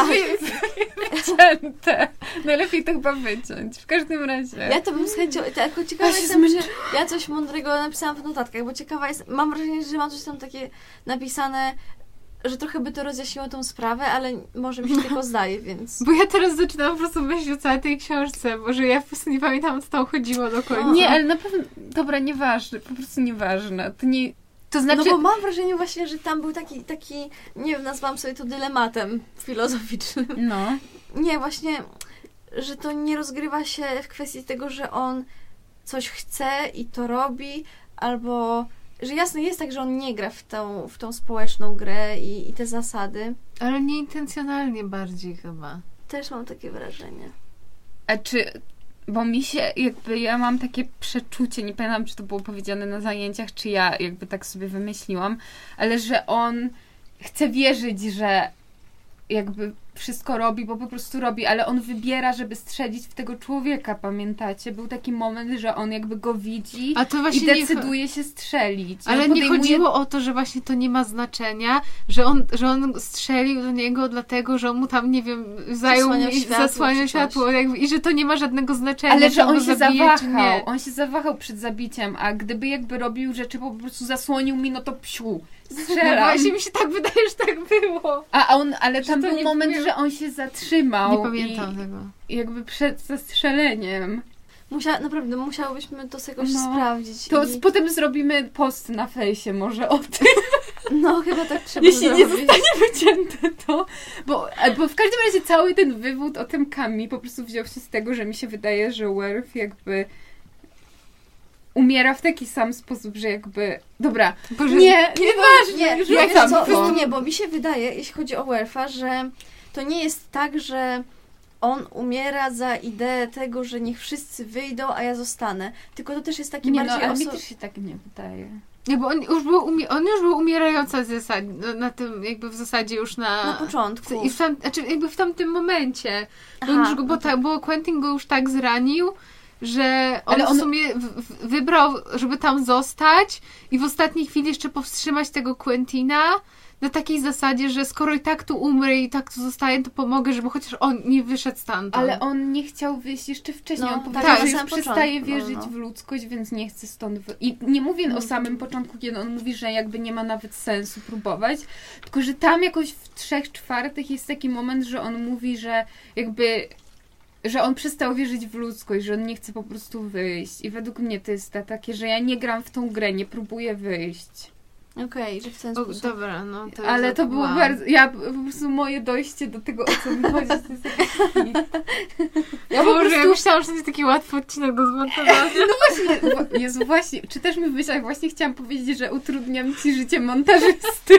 wycięte. Najlepiej to chyba wyciąć. W każdym razie. Ja to bym z chęcią... Tylko ciekawa jestem, że ja coś mądrego napisałam w notatkach, bo ciekawa jest... Mam wrażenie, że mam coś tam takie napisane, że trochę by to rozjaśniło tą sprawę, ale może mi się tylko zdaje, więc... Bo ja teraz zaczynam po prostu myśleć o całej tej książce, że ja po prostu nie pamiętam, o co tam chodziło do końca. Nie, ale na pewno... Dobra, nieważne. Po prostu nieważne. To nie... To znaczy... No bo mam wrażenie właśnie, że tam był taki nie wiem, nazwałam sobie to dylematem filozoficznym. No. Nie, właśnie, że to nie rozgrywa się w kwestii tego, że on coś chce i to robi, albo... Że jasne jest tak, że on nie gra w tą społeczną grę i te zasady. Ale nieintencjonalnie bardziej chyba. Też mam takie wrażenie. A czy... Bo mi się jakby... Ja mam takie przeczucie, nie pamiętam, czy to było powiedziane na zajęciach, czy ja jakby tak sobie wymyśliłam, ale że on chce wierzyć, że jakby wszystko robi, bo po prostu robi, ale on wybiera, żeby strzelić w tego człowieka, pamiętacie? Był taki moment, że on jakby go widzi A to i właśnie decyduje się strzelić. Ale nie chodziło o to, że właśnie to nie ma znaczenia, że on strzelił do niego dlatego, że on mu tam, nie wiem, zasłaniał światło jakby, i że to nie ma żadnego znaczenia, ale że on go się zabije, czy nie. zawahał. On się zawahał przed zabiciem, a gdyby jakby robił rzeczy, po prostu zasłonił mi, no to psiu. Strzelam. No właśnie mi się tak wydaje, że tak było. Ale tam był moment, że on się zatrzymał. Nie pamiętam tego. Jakby przed zastrzeleniem. Naprawdę, musiałybyśmy to sobie jakoś sprawdzić. To potem zrobimy post na fejsie może o tym. No, chyba tak trzeba Jeśli zrobić. nie zostanie wycięte to. Bo w każdym razie cały ten wywód o tym Kami po prostu wziął się z tego, że mi się wydaje, że Worf jakby umiera w taki sam sposób, że jakby... Dobra, Boże, nieważne. Już wracam. Po prostu nie, bo mi się wydaje, jeśli chodzi o Worfa, że to nie jest tak, że on umiera za ideę tego, że niech wszyscy wyjdą, a ja zostanę. Tylko to też jest taki bardziej... ale mi też się tak nie wydaje. Nie, bo on już był umierający na tym, jakby w zasadzie już na początku. Jakby w tamtym momencie. Bo Quentin go już tak zranił, że on w sumie wybrał, żeby tam zostać i w ostatniej chwili jeszcze powstrzymać tego Quentina na takiej zasadzie, że skoro i tak tu umrę i tak tu zostaję, to pomogę, żeby chociaż on nie wyszedł stamtąd. Ale on nie chciał wyjść jeszcze wcześniej. On powiedział, tak, że już przestaje wierzyć w ludzkość, więc nie chce stąd I nie mówię o samym początku, kiedy on mówi, że jakby nie ma nawet sensu próbować, tylko że tam jakoś w 3/4 jest taki moment, że on mówi, że jakby... Że on przestał wierzyć w ludzkość, że on nie chce po prostu wyjść. I według mnie to jest takie, że ja nie gram w tą grę, nie próbuję wyjść. Okej, że w ten sposób. Dobra, no to ale to było bardzo... Ja po prostu moje dojście do tego, o co mi chodzi, to jest taki... Ja myślałam, że to jest taki łatwy odcinek do zmontowania. No właśnie, Jezu, właśnie, czy też mi w myślach właśnie chciałam powiedzieć, że utrudniam ci życie montażysty.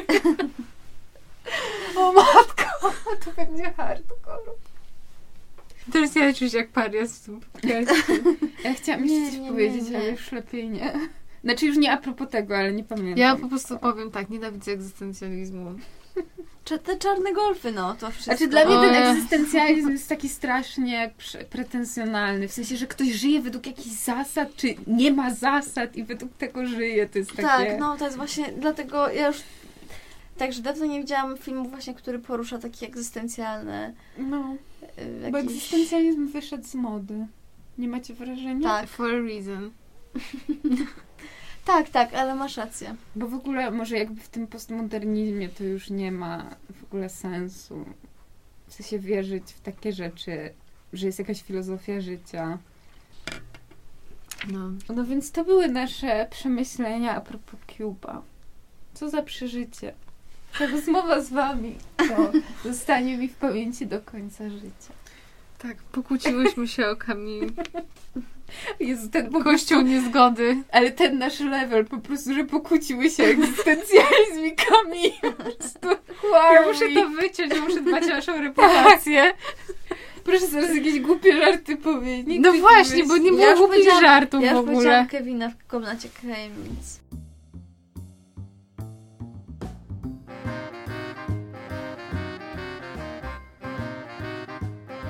O matko, to będzie hardcore. Teraz ja czuję się jak parias w tym podcaście. Ja chciałam jeszcze coś powiedzieć, ale już lepiej nie. Znaczy już nie a propos tego, ale nie pamiętam. Ja po prostu powiem tak, nienawidzę egzystencjalizmu. Te czarne golfy, no, to wszystko. Znaczy dla mnie ten egzystencjalizm jest taki strasznie pretensjonalny. W sensie, że ktoś żyje według jakichś zasad, czy nie ma zasad i według tego żyje. To jest takie... Tak, no to jest właśnie, dlatego ja już także dawno nie widziałam filmu właśnie, który porusza takie egzystencjalne... No, bo egzystencjalizm wyszedł z mody. Nie macie wrażenia? Tak. For a reason. Tak, ale masz rację. Bo w ogóle może jakby w tym postmodernizmie to już nie ma w ogóle sensu. W sensie wierzyć w takie rzeczy, że jest jakaś filozofia życia. No więc to były nasze przemyślenia a propos Cube'a. Co za przeżycie. Ta rozmowa z wami to zostanie mi w pamięci do końca życia. Tak, pokłóciłyśmy się o Camille. Jezu, Kościół niezgody. Ale ten nasz level, po prostu, że pokłóciły się egzystencjalizm i Camille. Ja muszę to wyciąć, muszę dbać o naszą reputację. Proszę zaraz jakieś głupie żarty powiedzieć. No właśnie, bo nie było głupich żartów w ogóle. Ja już powiedziałam Kevina w komnacie Kamienic.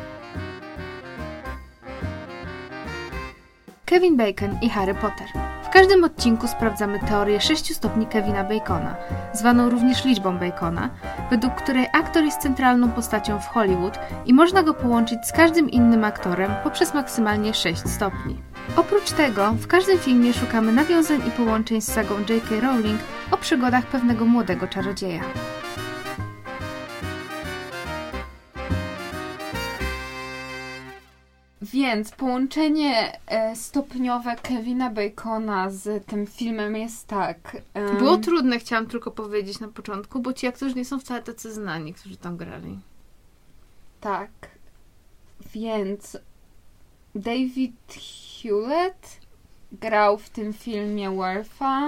Kevin Bacon i Harry Potter. każdym odcinku sprawdzamy teorię 6 stopni Kevina Bacona, zwaną również liczbą Bacona, według której aktor jest centralną postacią w Hollywood i można go połączyć z każdym innym aktorem poprzez maksymalnie 6 stopni. Oprócz tego, w każdym filmie szukamy nawiązań i połączeń z sagą J.K. Rowling o przygodach pewnego młodego czarodzieja. Więc połączenie stopniowe Kevina Bacona z tym filmem jest tak. Było trudne, chciałam tylko powiedzieć na początku, bo ci aktorzy nie są wcale tacy znani, którzy tam grali. Tak. Więc David Hewlett grał w tym filmie Worfa.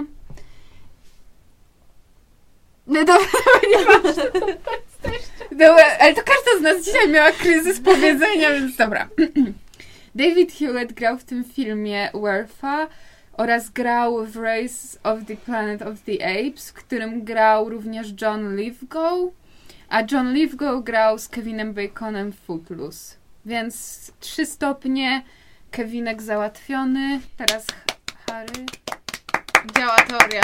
No dobra, nieważne. Dobra, ale to każda z nas dzisiaj miała kryzys powiedzenia, więc dobra. David Hewlett grał w tym filmie Worfa oraz grał w Race of the Planet of the Apes, w którym grał również John Lithgow, a John Lithgow grał z Kevinem Baconem w Footloose. Więc 3 stopnie, Kevinek załatwiony, teraz Harry. Działa teoria.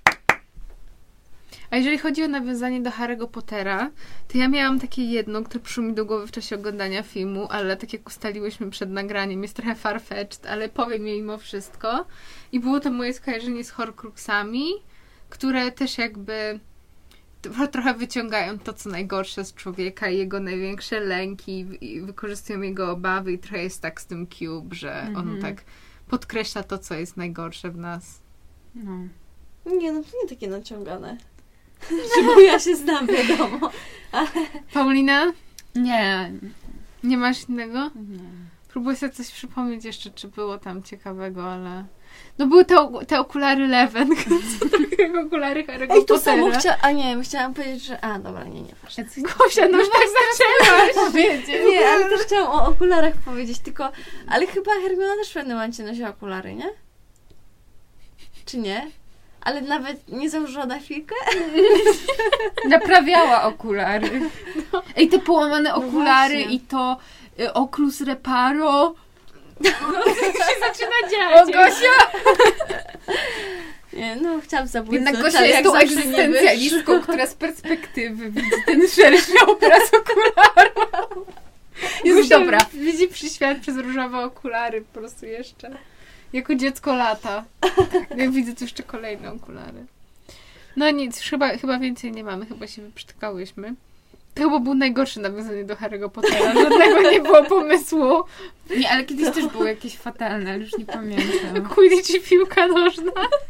A jeżeli chodzi o nawiązanie do Harry'ego Pottera, to ja miałam takie jedno, które przyszło mi do głowy w czasie oglądania filmu, ale tak jak ustaliłyśmy przed nagraniem, jest trochę farfetched, ale powiem je mimo wszystko. I było to moje skojarzenie z Horcruxami, które też jakby trochę wyciągają to, co najgorsze z człowieka i jego największe lęki i wykorzystują jego obawy i trochę jest tak z tym Cube, że on tak podkreśla to, co jest najgorsze w nas. No. Nie, no to nie takie naciągane. Bo ja się znam, wiadomo. Ale... Paulina? Nie. Nie masz innego? Nie. Próbuję sobie coś przypomnieć jeszcze, czy było tam ciekawego, ale... No były te okulary Leven, trochę okulary Harry'ego Pottera. Ej, to samo chciałam powiedzieć, że... A, dobra, nie, ważne. Gosia, no już tak zaczęłaś powiedzieć. Nie, ale też chciałam o okularach powiedzieć, tylko... Ale chyba Hermiona też w pewnym momencie nosiła okulary, nie? Czy nie? Ale nawet nie założyła na chwilkę? Naprawiała okulary. No. Ej, te połamane okulary właśnie. i to Oculus Reparo. No, co się zaczyna dziać? O, Gosia! Nie, no chciałam zabłysnąć. Jednak Gosia jest tą egzystencjalistką, która z perspektywy widzi ten szerszy obraz okularu. Jest dobra. Widzi świat przez różowe okulary po prostu jeszcze. Jako dziecko lata. Jak widzę tu jeszcze kolejne okulary. No nic, chyba więcej nie mamy. Chyba się wyprzytkałyśmy. To chyba był najgorsze nawiązanie do Harry'ego Pottera. Żadnego nie było pomysłu. Nie, ale kiedyś też były jakieś fatalne, ale już nie pamiętam. Quidditch i piłka nożna.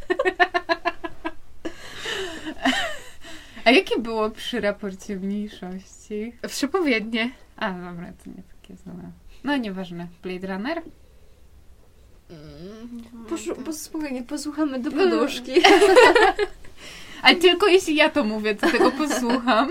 A jakie było przy raporcie mniejszości? Przepowiednie. A, dobra, to nie takie złe. No nieważne. Blade Runner? Spokojnie, posłuchamy do poduszki. Ale tylko jeśli ja to mówię, to tego posłucham.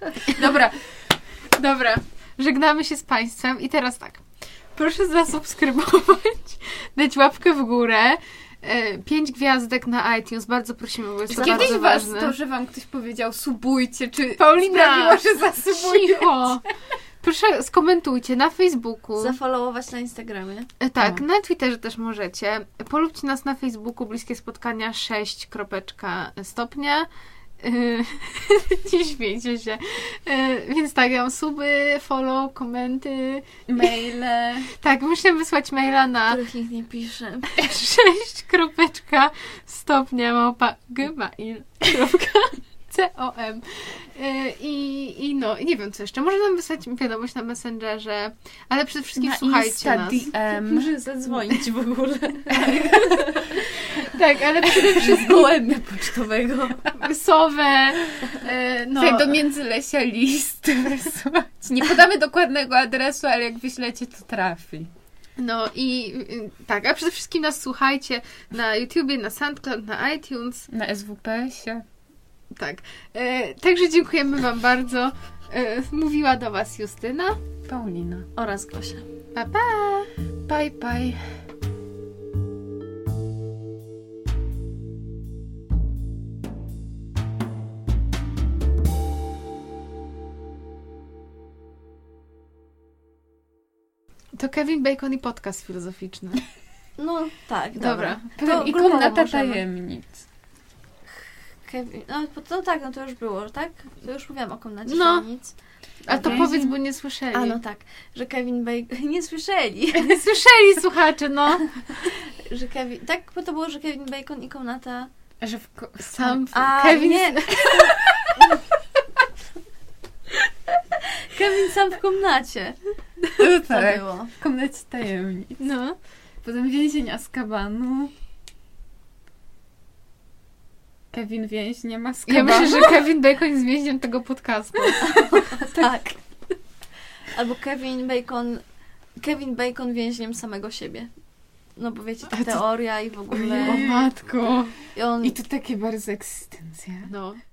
Dobra. Żegnamy się z Państwem i teraz tak. Proszę zasubskrybować, dać łapkę w górę, 5 gwiazdek na iTunes. Bardzo prosimy, bo jest to Kiedyś bardzo was ważne. to, że wam ktoś powiedział subujcie, czy Paulina, sprawiło, że zasubujecie? cicho. Proszę skomentujcie na Facebooku. Zafollowować na Instagramie. Tak, na Twitterze też możecie. Polubcie nas na Facebooku, Bliskie Spotkania 6 stopnia. Nie śmiejcie się. Więc tak, ja mam suby, follow, komenty, Maile. Tak, muszę wysłać maila na Których nikt nie pisze. 6.gmail.com I no, nie wiem co jeszcze. Może nam wysłać wiadomość na Messengerze, ale przede wszystkim Na słuchajcie Insta nas. DM. Może zadzwonić w ogóle. Tak, ale przede wszystkim Gołębia pocztowego. sowę. No, Tak, do Międzylesia list wysłać. Nie podamy dokładnego adresu, ale jak wyślecie, to trafi. no i tak, a przede wszystkim nas słuchajcie na YouTubie, na SoundCloud, na iTunes. Na SWPS-ie. Tak. Także dziękujemy Wam bardzo. Mówiła do Was Justyna. Paulina. Oraz Gosia. Pa, pa! Bye, bye. To Kevin Bacon i podcast filozoficzny. No tak, dobra. Potem i grupowo komnata możemy. tajemnic. Kevin, no tak, no to już było, tak? To już mówiłam o komnacie No. tajemnic. A to Okej. powiedz, bo nie słyszeli. A no tak, że Kevin Bacon... Nie słyszeli. Nie słyszeli słuchacze, no. Że Kevin... Tak, bo to było, że Kevin Bacon i komnata... Że Sam A, Kevin... nie. Kevin sam w komnacie. No To tak, było. w komnacie tajemnic. No. Potem więzień Azkabanu. Kevin więźniem Ja Azkabanu. myślę, że Kevin Bacon jest więźniem tego podcastu. Tak. Albo Kevin Bacon więźniem samego siebie. No bo wiecie, ta A to- teoria i w ogóle... O matko. I on... I to takie bardzo egzystencjalne. No.